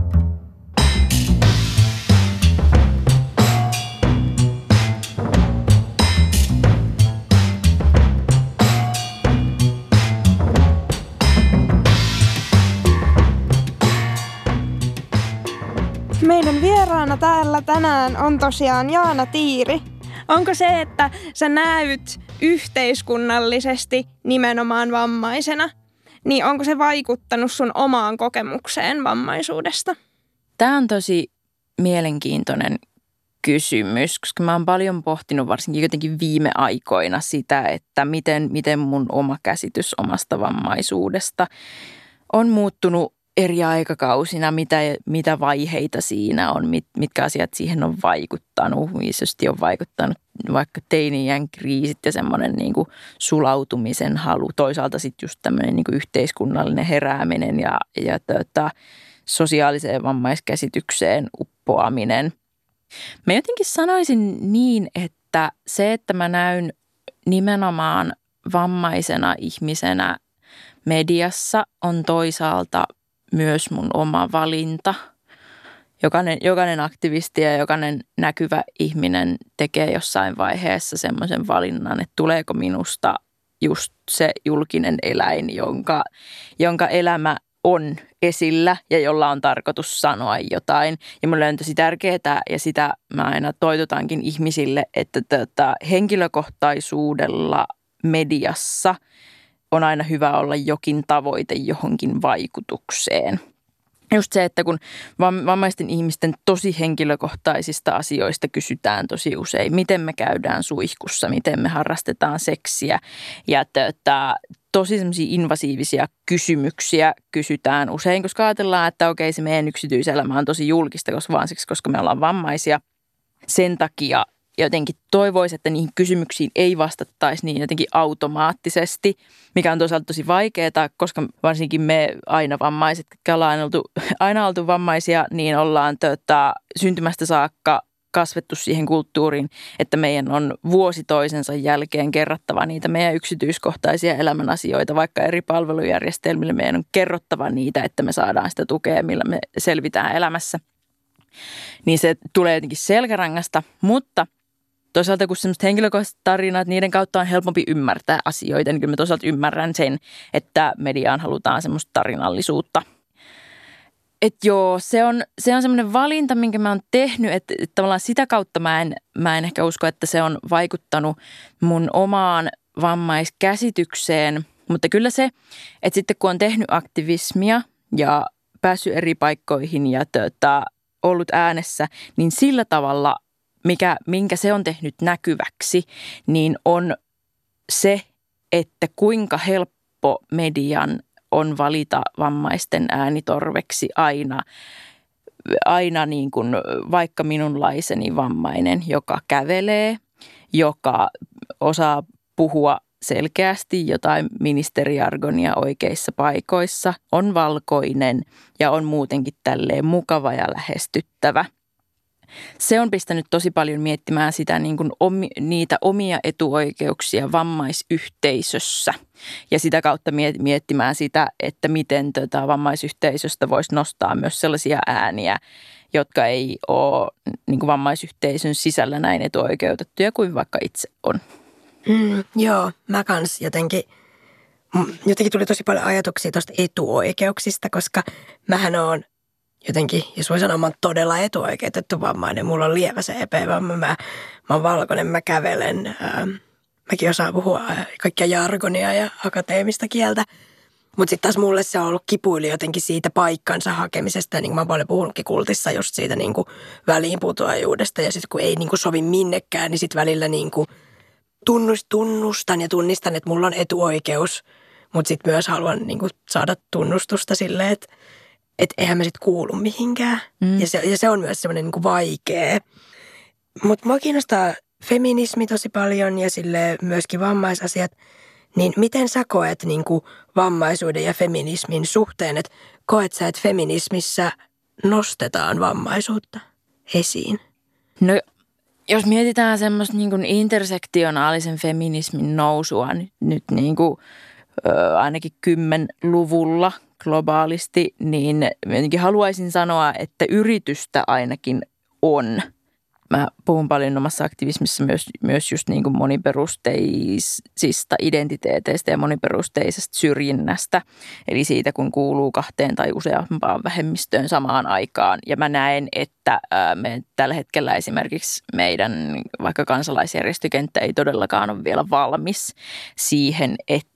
Meidän vieraana täällä tänään on tosiaan Jaana Tiiri. Onko se, että sä näyt yhteiskunnallisesti nimenomaan vammaisena, niin onko se vaikuttanut sun omaan kokemukseen vammaisuudesta? Tämä on tosi mielenkiintoinen kysymys, koska mä oon paljon pohtinut varsinkin jotenkin viime aikoina sitä, että miten mun oma käsitys omasta vammaisuudesta on muuttunut eri aikakausina, mitä vaiheita siinä on, mitkä asiat siihen on vaikuttanut. Isosti on vaikuttanut vaikka teini-iän kriisit ja semmoinen niin kuin sulautumisen halu. Toisaalta sitten just tämmöinen niin kuin yhteiskunnallinen herääminen ja sosiaaliseen vammaiskäsitykseen uppoaminen. Mä jotenkin sanoisin niin, että se, että mä näyn nimenomaan vammaisena ihmisenä mediassa on toisaalta myös mun oma valinta. Jokainen aktivisti ja jokainen näkyvä ihminen tekee jossain vaiheessa semmoisen valinnan, että tuleeko minusta just se julkinen eläin, jonka elämä on esillä ja jolla on tarkoitus sanoa jotain. Ja mulle on tosi tärkeää ja sitä mä aina toitotankin ihmisille, että henkilökohtaisuudella mediassa on aina hyvä olla jokin tavoite johonkin vaikutukseen. Just se, että kun vammaisten ihmisten tosi henkilökohtaisista asioista kysytään tosi usein, miten me käydään suihkussa, miten me harrastetaan seksiä ja tosi semmoisia invasiivisia kysymyksiä kysytään usein, koska ajatellaan, että okei, se meidän yksityiselämä on tosi julkista, koska me ollaan vammaisia. Sen takia jotenkin toivoisi, että niihin kysymyksiin ei vastattaisi niin jotenkin automaattisesti, mikä on toisaalta tosi vaikeaa, koska varsinkin me aina vammaiset, jotka ollaan aina oltu vammaisia, niin ollaan syntymästä saakka kasvettu siihen kulttuuriin, että meidän on vuosi toisensa jälkeen kerrottava niitä meidän yksityiskohtaisia elämän asioita, vaikka eri palvelujärjestelmille meidän on kerrottava niitä, että me saadaan sitä tukea, millä me selvitään elämässä. Niin se tulee jotenkin selkärangasta, mutta toisaalta kun semmoiset henkilökohtaiset tarinat, niiden kautta on helpompi ymmärtää asioita, niin kyllä mä toisaalta ymmärrän sen, että mediaan halutaan semmoista tarinallisuutta. Että joo, se on semmoinen valinta, minkä mä oon tehnyt, että tavallaan sitä kautta mä en ehkä usko, että se on vaikuttanut mun omaan vammaiskäsitykseen. Mutta kyllä se, että sitten kun on tehnyt aktivismia ja päässyt eri paikkoihin ja ollut äänessä, niin sillä tavalla, minkä se on tehnyt näkyväksi, niin on se, että kuinka helppo median on valita vammaisten äänitorveksi aina niin kuin vaikka minunlaiseni vammainen, joka kävelee, joka osaa puhua selkeästi jotain ministerijargonia oikeissa paikoissa, on valkoinen ja on muutenkin tälleen mukava ja lähestyttävä. se on pistänyt tosi paljon miettimään sitä niin kuin niitä omia etuoikeuksia vammaisyhteisössä ja sitä kautta miettimään sitä, että miten vammaisyhteisöstä voisi nostaa myös sellaisia ääniä, jotka ei ole niin kuin vammaisyhteisön sisällä näin etuoikeutettuja kuin vaikka itse on. Joo, mä kans jotenkin tuli tosi paljon ajatuksia tuosta etuoikeuksista, koska mähän oon jotenkin, jos voi sanoa, mä oon todella etuoikeutettu vammainen. Mulla on lievä CP-vamma, mä oon valkoinen, mä kävelen, mäkin osaan puhua kaikkia jargonia ja akateemista kieltä. Mutta sitten taas mulle se on ollut kipuili jotenkin siitä paikkansa hakemisesta. Niin kuin mä oon paljon puhunutkin kultissa just siitä niin kuin väliinputoajuudesta. Ja sitten kun ei niin kuin sovi minnekään, niin sitten välillä niin kuin tunnustan ja tunnistan, että mulla on etuoikeus. Mutta sitten myös haluan niin kuin saada tunnustusta silleen, että eihän mä sitten kuulu mihinkään. Ja se on myös semmoinen niin kuin vaikea. Mutta mua kiinnostaa feminismi tosi paljon ja sille myöskin vammaisasiat. Niin miten sä koet niin kuin vammaisuuden ja feminismin suhteen, että koet sä, että feminismissä nostetaan vammaisuutta esiin? No jos mietitään semmoista niin kuin intersektionaalisen feminismin nousua nyt niin kuin, ainakin 10-luvulla globaalisti, niin jotenkin haluaisin sanoa, että yritystä ainakin on. Mä puhun paljon omassa aktivismissa myös just niin kuin moniperusteisista identiteeteistä ja moniperusteisesta syrjinnästä. Eli siitä, kun kuuluu 2 tai useampaan vähemmistöön samaan aikaan. Ja mä näen, että me tällä hetkellä esimerkiksi meidän vaikka kansalaisjärjestökenttä ei todellakaan ole vielä valmis siihen,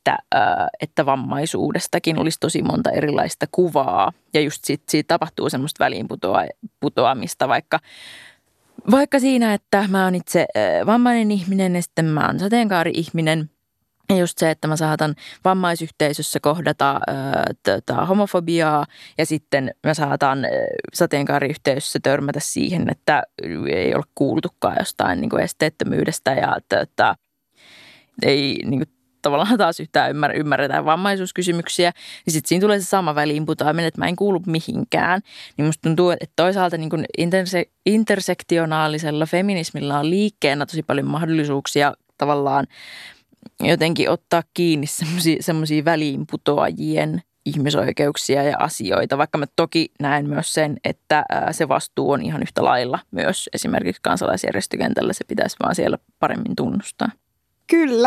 että vammaisuudestakin olisi tosi monta erilaista kuvaa. Ja just siitä tapahtuu semmoista väliinputoamista vaikka siinä, että mä oon itse vammainen ihminen ja sitten mä oon sateenkaari-ihminen. Ja just se, että mä saatan vammaisyhteisössä kohdata homofobiaa ja sitten mä saatan sateenkaariyhteisössä törmätä siihen, että ei ole kuultukaan jostain niin kuin esteettömyydestä ja ei niin kuin tavallaan taas yhtään ymmärretään vammaisuuskysymyksiä, niin sitten siinä tulee se sama väliinputoaminen, että mä en kuulu mihinkään. Niin musta tuntuu, että toisaalta niin kuin intersektionaalisella feminismillä on liikkeenä tosi paljon mahdollisuuksia tavallaan jotenkin ottaa kiinni semmoisia väliinputoajien ihmisoikeuksia ja asioita, vaikka mä toki näen myös sen, että se vastuu on ihan yhtä lailla myös esimerkiksi kansalaisjärjestökentällä, se pitäisi vaan siellä paremmin tunnustaa. Kyllä.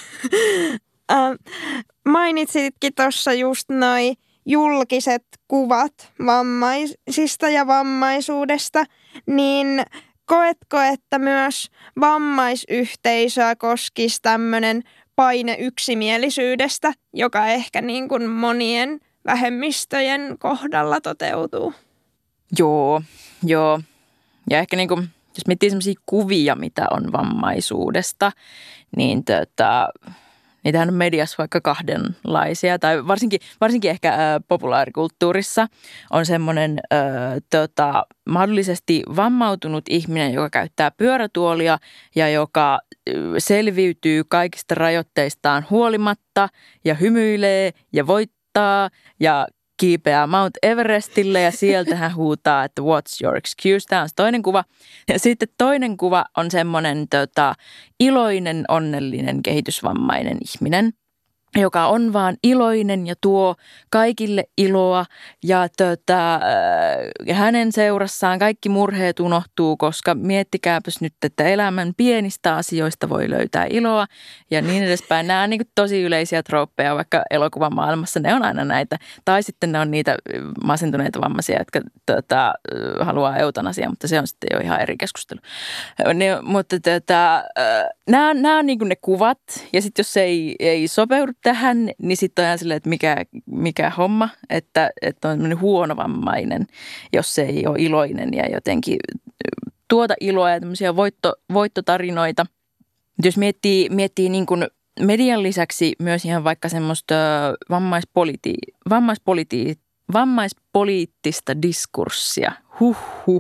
Mainitsitkin tuossa just noi julkiset kuvat vammaisista ja vammaisuudesta, niin koetko, että myös vammaisyhteisöä koskisi tämmöinen paine yksimielisyydestä, joka ehkä niin kuin monien vähemmistöjen kohdalla toteutuu? Joo. Ja ehkä niin kuin, jos miettii semmoisia kuvia, mitä on vammaisuudesta, niin niitähän on mediassa vaikka kahdenlaisia, tai varsinkin ehkä populaarikulttuurissa on semmoinen mahdollisesti vammautunut ihminen, joka käyttää pyörätuolia ja joka selviytyy kaikista rajoitteistaan huolimatta ja hymyilee ja voittaa ja kiipeää Mount Everestille ja sieltä hän huutaa, että what's your excuse? Tämä on toinen kuva. Ja sitten toinen kuva on semmoinen iloinen, onnellinen, kehitysvammainen ihminen, joka on vaan iloinen ja tuo kaikille iloa ja hänen seurassaan kaikki murheet unohtuu, koska miettikääpäs nyt, että elämän pienistä asioista voi löytää iloa ja niin edespäin. Nämä on niin kuin tosi yleisiä trooppeja, vaikka elokuvan maailmassa ne on aina näitä. Tai sitten ne on niitä masentuneita vammaisia, jotka haluaa eutanasiaa, mutta se on sitten jo ihan eri keskustelu. Mutta nämä on niin kuin ne kuvat ja sitten jos se ei sopeudu tähän, niin sitten on ihan silleen, että mikä homma, että on huono vammainen, jos se ei ole iloinen ja jotenkin tuota iloa ja tämmöisiä voittotarinoita. Jos miettii niin kuin median lisäksi myös ihan vaikka semmoista vammaispoliittista diskurssia, Huhhuh.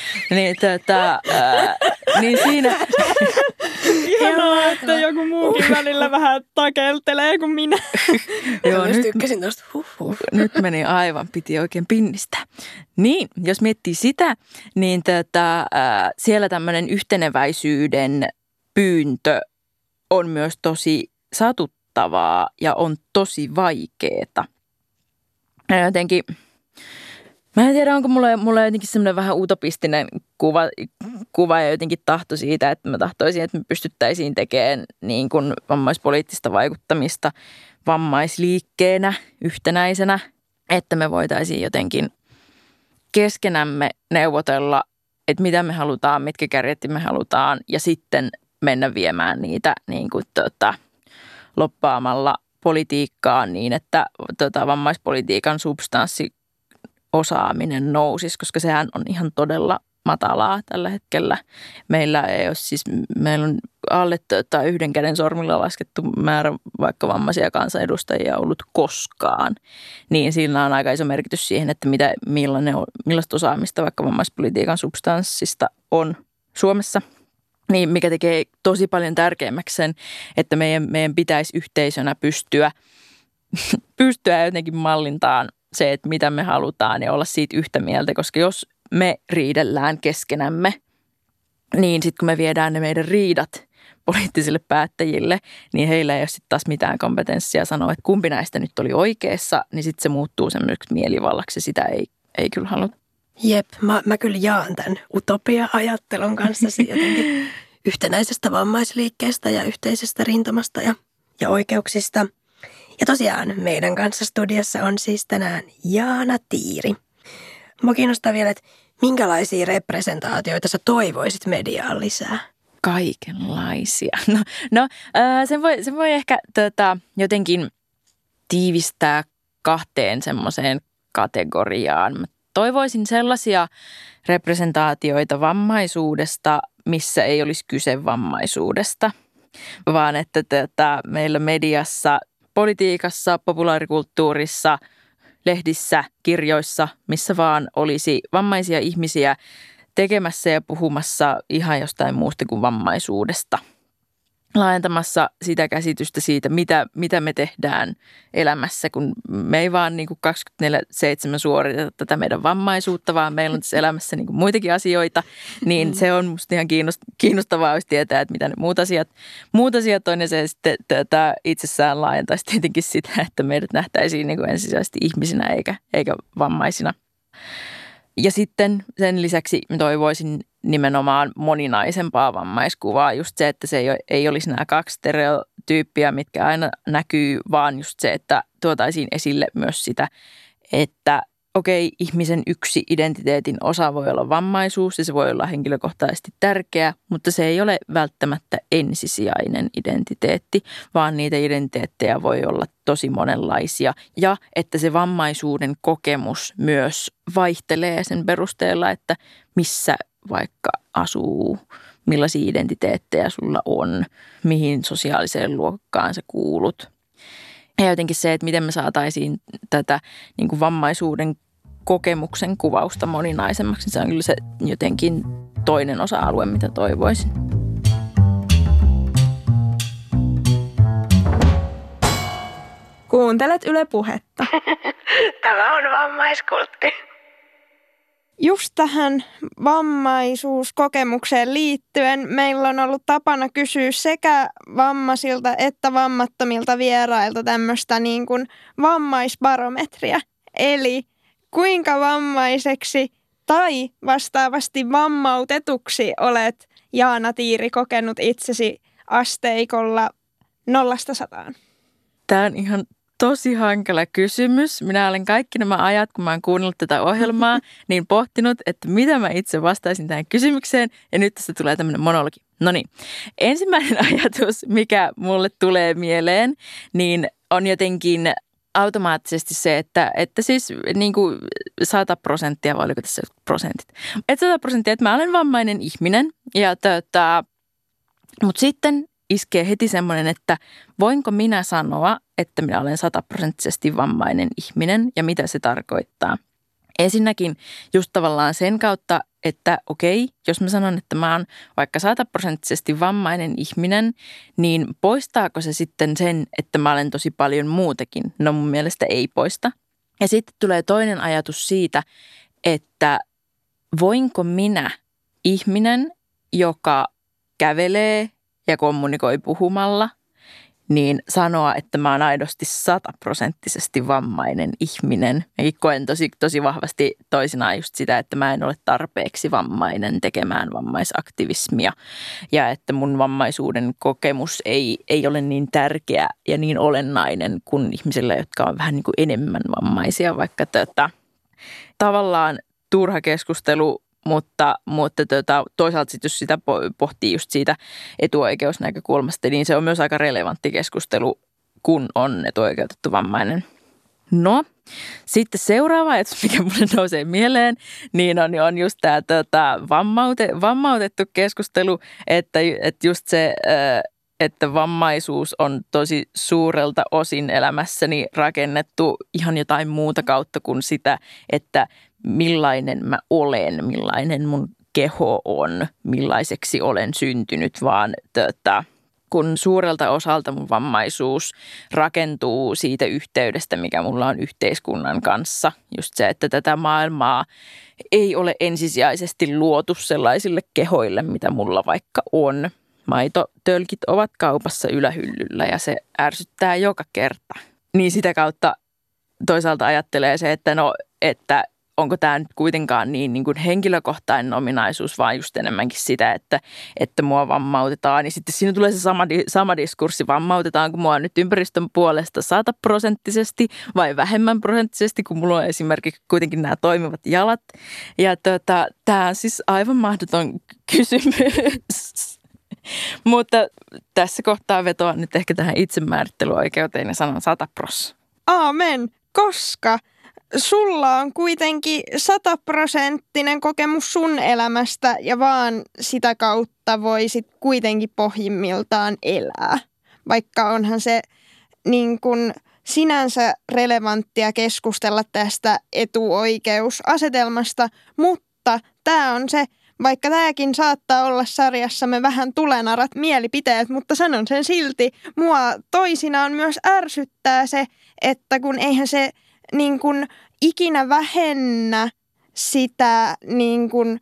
Niin siinä... Ihanaa, että joku muukin välillä vähän takeltelee kuin minä. Joo, nyt tykkäsin tuosta Nyt meni aivan, piti oikein pinnistää. Niin, jos miettii sitä, niin siellä tämmöinen yhteneväisyyden pyyntö on myös tosi satuttavaa ja on tosi vaikeeta. Jotenkin... Mä en tiedä, onko mulla jotenkin semmoinen vähän utopistinen kuva ja jotenkin tahto siitä, että mä tahtoisin, että me pystyttäisiin tekemään niin kuin vammaispoliittista vaikuttamista vammaisliikkeenä yhtenäisenä, että me voitaisiin jotenkin keskenämme neuvotella, että mitä me halutaan, mitkä kärjet me halutaan ja sitten mennä viemään niitä niin kuin loppaamalla politiikkaan niin, että vammaispolitiikan substanssi osaaminen nousisi, koska sehän on ihan todella matalaa tällä hetkellä. Meillä on alle yhden käden sormilla laskettu määrä vaikka vammaisia kansanedustajia ollut koskaan. Niin sillä on aika iso merkitys siihen, että millaista osaamista vaikka vammaispolitiikan substanssista on Suomessa. Niin, mikä tekee tosi paljon tärkeämmäksi sen, että meidän pitäisi yhteisönä pystyä jotenkin mallintaan se, että mitä me halutaan ja olla siitä yhtä mieltä, koska jos me riidellään keskenämme, niin sitten kun me viedään ne meidän riidat poliittisille päättäjille, niin heillä ei ole sitten taas mitään kompetenssia sanoa, että kumpi näistä nyt oli oikeassa, niin sitten se muuttuu semmoiseksi mielivallaksi ja sitä ei kyllä haluta. Jep, mä kyllä jaan tämän utopia-ajattelun kanssa jotenkin yhtenäisestä vammaisliikkeestä ja yhteisestä rintamasta ja oikeuksista. Ja tosiaan meidän kanssa studiossa on siis tänään Jaana Tiiri. Mua kiinnostaa vielä, että minkälaisia representaatioita sä toivoisit mediaan lisää? Kaikenlaisia. Sen voi ehkä jotenkin tiivistää kahteen semmoiseen kategoriaan. Mä toivoisin sellaisia representaatioita vammaisuudesta, missä ei olisi kyse vammaisuudesta, vaan että meillä mediassa, politiikassa, populaarikulttuurissa, lehdissä, kirjoissa, missä vaan olisi vammaisia ihmisiä tekemässä ja puhumassa ihan jostain muusta kuin vammaisuudesta. Laajentamassa sitä käsitystä siitä, mitä me tehdään elämässä, kun me ei vaan niin kuin 24/7 suoriteta tätä meidän vammaisuutta, vaan meillä on tässä elämässä niin kuin muitakin asioita, niin se on musta ihan kiinnostavaa, jos tietää, että mitä ne muut asiat on, ja se sitten itsessään laajentaisi tietenkin sitä, että meidät nähtäisiin niin kuin ensisijaisesti ihmisinä eikä vammaisina. Ja sitten sen lisäksi toivoisin nimenomaan moninaisempaa vammaiskuvaa, just se, että se ei olisi nämä kaksi stereotyyppiä, mitkä aina näkyy, vaan just se, että tuotaisiin esille myös sitä, että okei, ihmisen yksi identiteetin osa voi olla vammaisuus ja se voi olla henkilökohtaisesti tärkeä, mutta se ei ole välttämättä ensisijainen identiteetti, vaan niitä identiteettejä voi olla tosi monenlaisia ja että se vammaisuuden kokemus myös vaihtelee sen perusteella, että missä vaikka asuu, millaisia identiteettejä sulla on, mihin sosiaaliseen luokkaan sä kuulut. Ja jotenkin se, että miten me saataisiin tätä niin kuin vammaisuuden kokemuksen kuvausta moninaisemmaksi, se on kyllä se jotenkin toinen osa-alue, mitä toivoisin. Kuuntelet Yle Puhetta. Tämä on vammaiskultti. Just tähän vammaisuuskokemukseen liittyen meillä on ollut tapana kysyä sekä vammaisilta että vammattomilta vierailta tämmöistä niin kuin vammaisbarometria. Eli kuinka vammaiseksi tai vastaavasti vammautetuksi olet, Jaana Tiiri, kokenut itsesi asteikolla 0–100? Tämä on ihan tosi hankala kysymys. Minä olen kaikki nämä ajat, kun mä oon kuunnellut tätä ohjelmaa, niin pohtinut, että mitä mä itse vastaisin tähän kysymykseen. Ja nyt tästä tulee tämmöinen monologi. No niin, ensimmäinen ajatus, mikä mulle tulee mieleen, niin on jotenkin automaattisesti se, että siis niin kuin 100%, vai oliko tässä prosentit? Että 100%, että mä olen vammainen ihminen. Mutta sitten iskee heti semmoinen, että voinko minä sanoa, että minä olen 100% vammainen ihminen ja mitä se tarkoittaa. Ensinnäkin just tavallaan sen kautta, että okei, jos mä sanon, että mä oon vaikka 100% vammainen ihminen, niin poistaako se sitten sen, että mä olen tosi paljon muutakin? No mun mielestä ei poista. Ja sitten tulee toinen ajatus siitä, että voinko minä ihminen, joka kävelee ja kommunikoi puhumalla, niin sanoa, että mä oon aidosti 100% vammainen ihminen. Mäkin koen tosi vahvasti toisinaan just sitä, että mä en ole tarpeeksi vammainen tekemään vammaisaktivismia. Ja että mun vammaisuuden kokemus ei ole niin tärkeä ja niin olennainen kuin ihmisille, jotka on vähän niin kuin enemmän vammaisia. Vaikka tavallaan turha keskustelu, mutta toisaalta sitten jos sitä pohtii just siitä etuoikeusnäkökulmasta, niin se on myös aika relevantti keskustelu, kun on etuoikeutettu vammainen. No, sitten seuraava ajatus, mikä mulle nousee mieleen, niin on just tämä vammautettu keskustelu, että just se, että vammaisuus on tosi suurelta osin elämässäni rakennettu ihan jotain muuta kautta kuin sitä, että millainen mä olen, millainen mun keho on, millaiseksi olen syntynyt, vaan kun suurelta osalta mun vammaisuus rakentuu siitä yhteydestä, mikä mulla on yhteiskunnan kanssa. Just se, että tätä maailmaa ei ole ensisijaisesti luotu sellaisille kehoille, mitä mulla vaikka on. Maitotölkit ovat kaupassa ylähyllyllä ja se ärsyttää joka kerta. Niin sitä kautta toisaalta ajattelee se, että onko tämä nyt kuitenkaan niin kuin henkilökohtainen ominaisuus, vaan just enemmänkin sitä, että mua vammautetaan. Ja sitten siinä tulee se sama diskurssi, vammautetaanko mua nyt ympäristön puolesta 100% vai vähemmän prosenttisesti, kun mulla on esimerkiksi kuitenkin nämä toimivat jalat. Ja tämä on siis aivan mahdoton kysymys. Mutta tässä kohtaa vetoan nyt ehkä tähän itsemäärittelyoikeuteen ja sanon 100%. Aamen, koska sulla on kuitenkin 100% kokemus sun elämästä ja vaan sitä kautta voisit kuitenkin pohjimmiltaan elää. Vaikka onhan se niin kuin sinänsä relevanttia keskustella tästä etuoikeusasetelmasta, mutta tämä on se, vaikka tämäkin saattaa olla sarjassamme vähän tulenarat mielipiteet, mutta sanon sen silti, mua toisinaan myös ärsyttää se, että kun eihän se niin kuin ikinä vähennä sitä niin kuin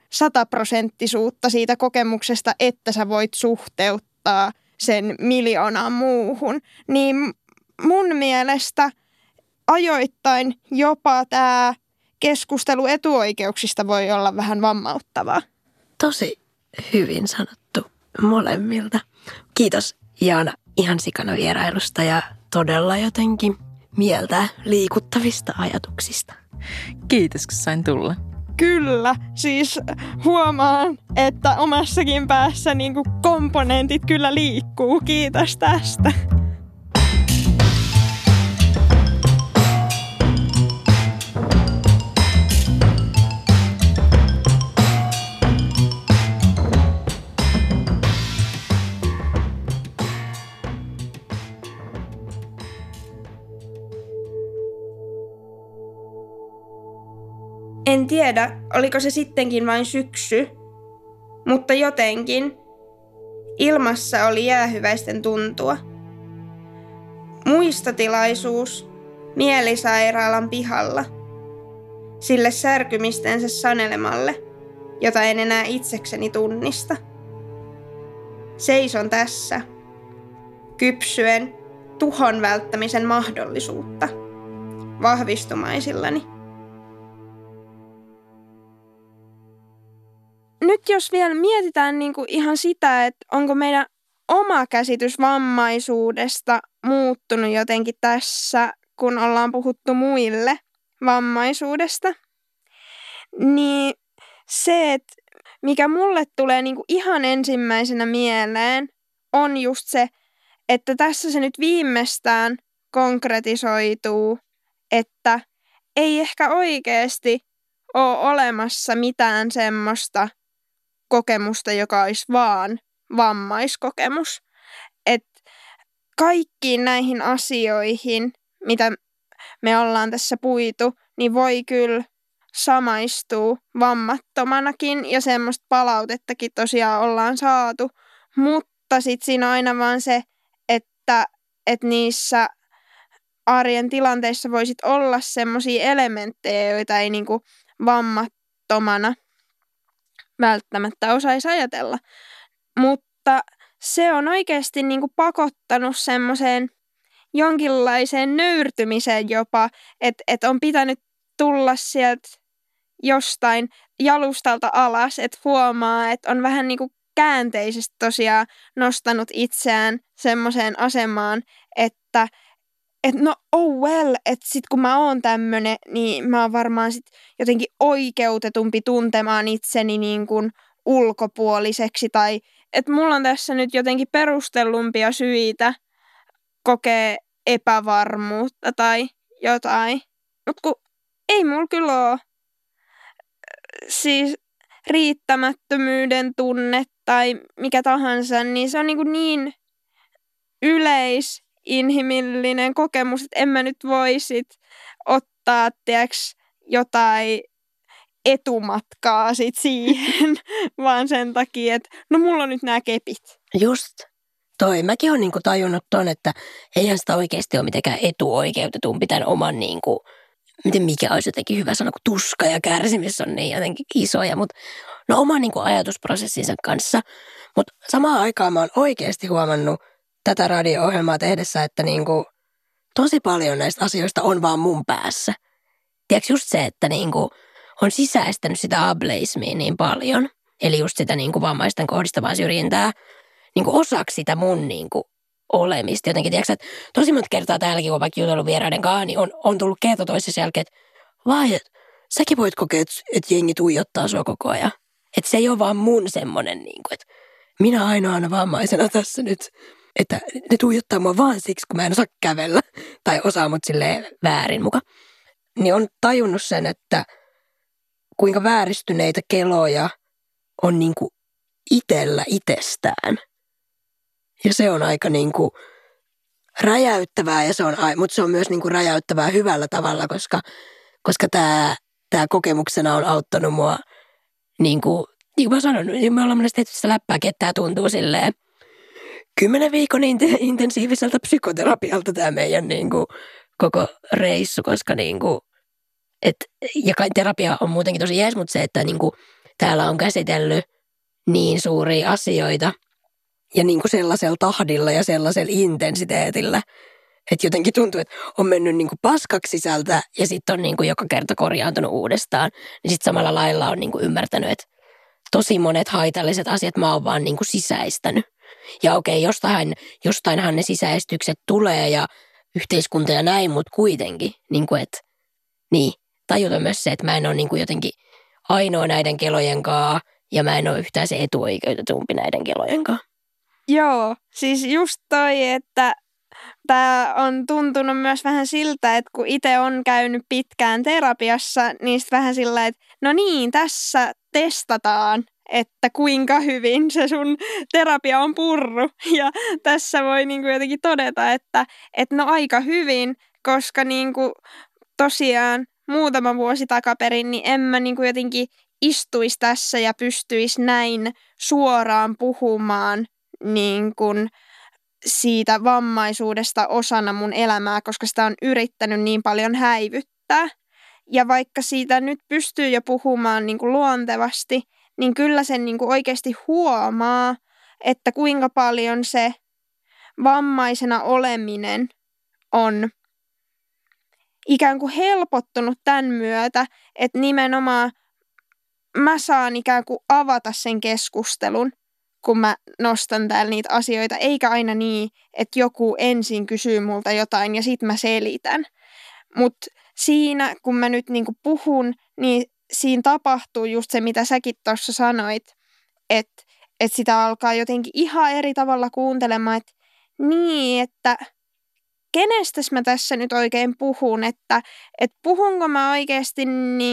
100% siitä kokemuksesta, että sä voit suhteuttaa sen miljoonaan muuhun. Niin mun mielestä ajoittain jopa tämä keskustelu etuoikeuksista voi olla vähän vammauttavaa. Tosi hyvin sanottu molemmilta. Kiitos Jaana ihan sikana vierailusta ja todella jotenkin mieltä liikuttavista ajatuksista. Kiitos, kun sain tulla. Kyllä, siis huomaan, että omassakin päässä niinku komponentit kyllä liikkuu. Kiitos tästä. En tiedä, oliko se sittenkin vain syksy, mutta jotenkin ilmassa oli jäähyväisten tuntua. Muistotilaisuus mielisairaalan pihalla, sille särkymistensä sanelemalle, jota en enää itsekseni tunnista. Seison tässä, kypsyen tuhon välttämisen mahdollisuutta, vahvistumaisillani. Nyt jos vielä mietitään niinku ihan sitä, että onko meidän oma käsitys vammaisuudesta muuttunut jotenkin tässä, kun ollaan puhuttu muille vammaisuudesta, niin se, että mikä mulle tulee niinku ihan ensimmäisenä mieleen, on just se, että tässä se nyt viimeistään konkretisoituu, että ei ehkä oikeasti ole olemassa mitään semmoista kokemusta, joka olisi vaan vammaiskokemus. Että kaikkiin näihin asioihin, mitä me ollaan tässä puitu, niin voi kyllä samaistuu vammattomanakin ja semmoista palautettakin tosiaan ollaan saatu. Mutta sitten siinä on aina vaan se, että niissä arjen tilanteissa voisit olla semmoisia elementtejä, joita ei niinku vammattomana välttämättä osaisi ajatella. Mutta se on oikeasti niinku pakottanut semmoiseen jonkinlaiseen nöyrtymiseen jopa, että on pitänyt tulla sieltä jostain jalustalta alas, että huomaa, että on vähän niinku käänteisesti tosiaan nostanut itseään semmoiseen asemaan, että no oh well, että sit kun mä oon tämmönen, niin mä oon varmaan sit jotenkin oikeutetumpi tuntemaan itseni niin kuin ulkopuoliseksi tai että mulla on tässä nyt jotenkin perustellumpia syitä kokea epävarmuutta tai jotain. Mut kun ei mulla kyllä ole siis riittämättömyyden tunne tai mikä tahansa, niin se on niin yleisinhimillinen kokemus, että en mä nyt voi sit ottaa jotain etumatkaa sit siihen, vaan sen takia, että no mulla on nyt nämä kepit. Just. Mäkin olen tajunnut ton, että eihän sitä oikeasti ole mitenkään etuoikeutetumpi tämän oman, mikä olisi jotenkin hyvä sana, kun tuska ja kärsimys on niin jotenkin isoja, mutta no oman ajatusprosessinsa kanssa. Mutta samaan aikaan mä oon oikeasti huomannut tätä radio-ohjelmaa tehdessä, että tosi paljon näistä asioista on vaan mun päässä. Tiedätkö just se, että on sisäistänyt sitä ableismia niin paljon, eli just sitä vammaisten kohdistavaa syrjintää, osaksi sitä mun olemista. Jotenkin tiedätkö, että tosi monta kertaa täälläkin, kun on vaikka jutellut vieraiden kanssa, niin on tullut kerta toisessa jälkeen, että vai, säkin voit kokea, että jengi tuijottaa sua koko ajan. Että se ei ole vaan mun semmoinen, että minä ainoana vammaisena tässä nyt, että ne tuijottaa mua vaan siksi, kun mä en osaa kävellä tai osaa mut silleen väärin muka. Niin on tajunnut sen, että kuinka vääristyneitä keloja on itellä itsestään. Ja se on aika räjäyttävää, mutta se on myös räjäyttävää hyvällä tavalla, koska tämä kokemuksena on auttanut mua, niin kuin mä sanon, me ollaan monesti tehty sitä läppääkin, että tämä tuntuu silleen 10 viikon intensiiviseltä psykoterapialta tämä meidän koko reissu, koska ja terapia on muutenkin tosi jees, mutta se, että täällä on käsitellyt niin suuria asioita ja sellaisella tahdilla ja sellaisella intensiteetillä, että jotenkin tuntuu, että on mennyt paskaksi sisältä ja sitten on joka kerta korjaantunut uudestaan. Ja sitten samalla lailla on ymmärtänyt, että tosi monet haitalliset asiat mä oon vaan sisäistänyt. Ja okei, jostainhan ne sisäistykset tulee ja yhteiskunta ja näin, mutta kuitenkin, tajuta myös se, että mä en ole jotenkin ainoa näiden kelojen kanssa ja mä en ole yhtään se etuoikeutetumpi näiden kelojen kanssa. Joo, siis just toi, että tämä on tuntunut myös vähän siltä, että kun itse on käynyt pitkään terapiassa, niin sitten vähän sillä, että no niin, tässä testataan, että kuinka hyvin se sun terapia on purru. Ja tässä voi jotenkin todeta, että no aika hyvin, koska tosiaan muutama vuosi takaperin, niin en mä jotenkin istuisi tässä ja pystyisi näin suoraan puhumaan siitä vammaisuudesta osana mun elämää, koska sitä on yrittänyt niin paljon häivyttää. Ja vaikka siitä nyt pystyy jo puhumaan luontevasti, niin kyllä sen oikeasti huomaa, että kuinka paljon se vammaisena oleminen on ikään kuin helpottunut tämän myötä, että nimenomaan mä saan ikään kuin avata sen keskustelun, kun mä nostan täällä niitä asioita, eikä aina niin, että joku ensin kysyy multa jotain ja sit mä selitän. Mutta siinä, kun mä nyt puhun, niin siinä tapahtuu just se, mitä säkin tuossa sanoit, että sitä alkaa jotenkin ihan eri tavalla kuuntelemaan, että niin, että kenestäs mä tässä nyt oikein puhun, että puhunko mä oikeasti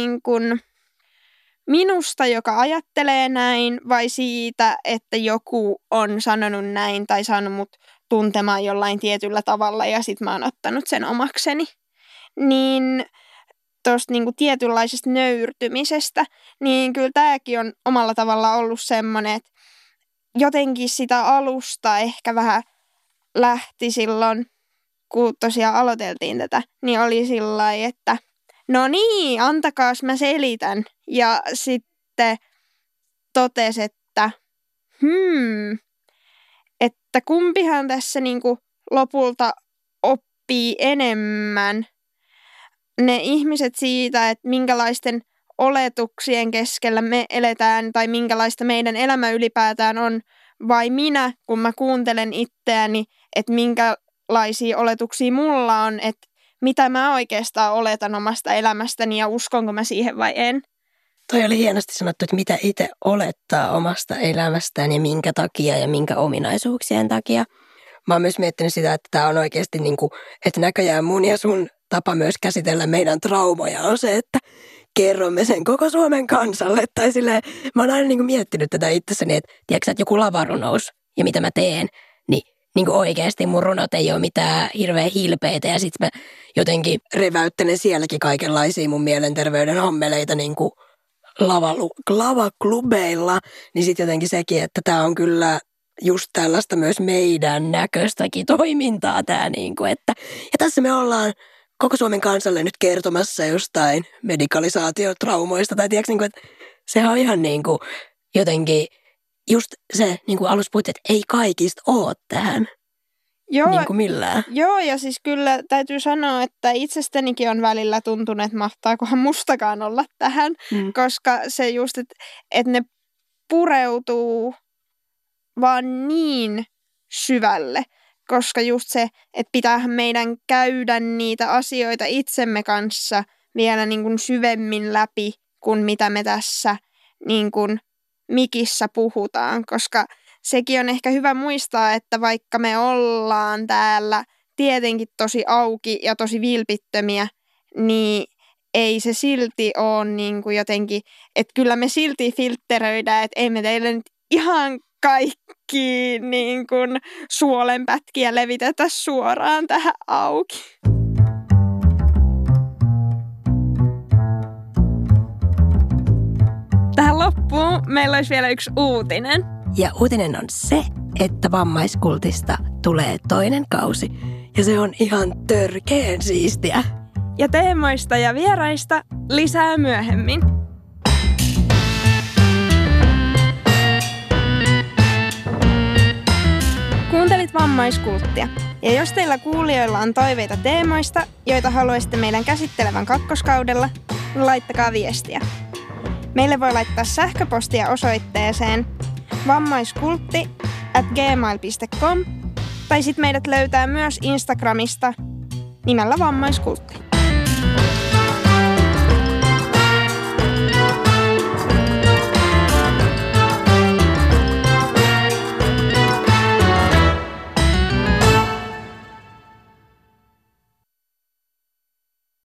minusta, joka ajattelee näin, vai siitä, että joku on sanonut näin tai saanut mut tuntemaan jollain tietyllä tavalla ja sit mä oon ottanut sen omakseni. Niin tuosta niinku tietynlaisesta nöyrtymisestä, niin kyllä tämäkin on omalla tavalla ollut semmoinen, että jotenkin sitä alusta ehkä vähän lähti silloin, kun tosiaan aloiteltiin tätä, niin oli sillai, että no niin, antakaas mä selitän. Ja sitten totesi, että että kumpihan tässä niinku lopulta oppii enemmän. Ne ihmiset siitä, että minkälaisten oletuksien keskellä me eletään tai minkälaista meidän elämä ylipäätään on, vai minä, kun mä kuuntelen itseäni, että minkälaisia oletuksia mulla on, että mitä mä oikeastaan oletan omasta elämästäni ja uskonko mä siihen vai en. Toi oli hienosti sanottu, että mitä itse olettaa omasta elämästään ja minkä takia ja minkä ominaisuuksien takia. Mä oon myös miettinyt sitä, että tää on oikeasti niinku, että näköjään mun ja sun tapa myös käsitellä meidän traumoja on se, että kerromme sen koko Suomen kansalle. Tai silleen, mä oon aina niinku miettinyt tätä itsessäni, että tiedätkö, että joku lavarunous ja mitä mä teen, niin oikeasti mun runot ei ole mitään hirveän hilpeitä ja sit mä jotenkin reväyttelen sielläkin kaikenlaisia mun mielenterveyden hommeleita niinku lavaklubeilla, niin sit jotenkin sekin, että tää on kyllä just tällaista myös meidän näköistäkin toimintaa tää niinku, että ja tässä me ollaan koko Suomen kansalle nyt kertomassa jostain medikalisaatiotraumoista tai tiedätkö niinku, että sehän on ihan niinku jotenkin just se, niin kuin alussa puhuttiin, että ei kaikista ole tähän niin kuin millään. Joo, ja siis kyllä täytyy sanoa, että itsestänikin on välillä tuntunut, että mahtaakohan mustakaan olla tähän, koska se just, että ne pureutuu vaan niin syvälle, koska just se, että pitäähän meidän käydä niitä asioita itsemme kanssa vielä niin kuin syvemmin läpi kuin mitä me tässä niin kuin mikissä puhutaan, koska sekin on ehkä hyvä muistaa, että vaikka me ollaan täällä tietenkin tosi auki ja tosi vilpittömiä, niin ei se silti ole niin kuin jotenkin, että kyllä me silti filtteröidään, että ei me teille nyt ihan kaikki niin kuin suolenpätkiä levitetä suoraan tähän auki. Tähän loppuun meillä olisi vielä yksi uutinen. Ja uutinen on se, että Vammaiskultista tulee toinen kausi. Ja se on ihan törkeen siistiä. Ja teemoista ja vieraista lisää myöhemmin. Kuuntelit Vammaiskulttia. Ja jos teillä kuulijoilla on toiveita teemoista, joita haluaisitte meidän käsittelevän kakkoskaudella, niin laittakaa viestiä. Meille voi laittaa sähköpostia osoitteeseen vammaiskultti@gmail.com tai sit meidät löytää myös Instagramista nimellä Vammaiskultti.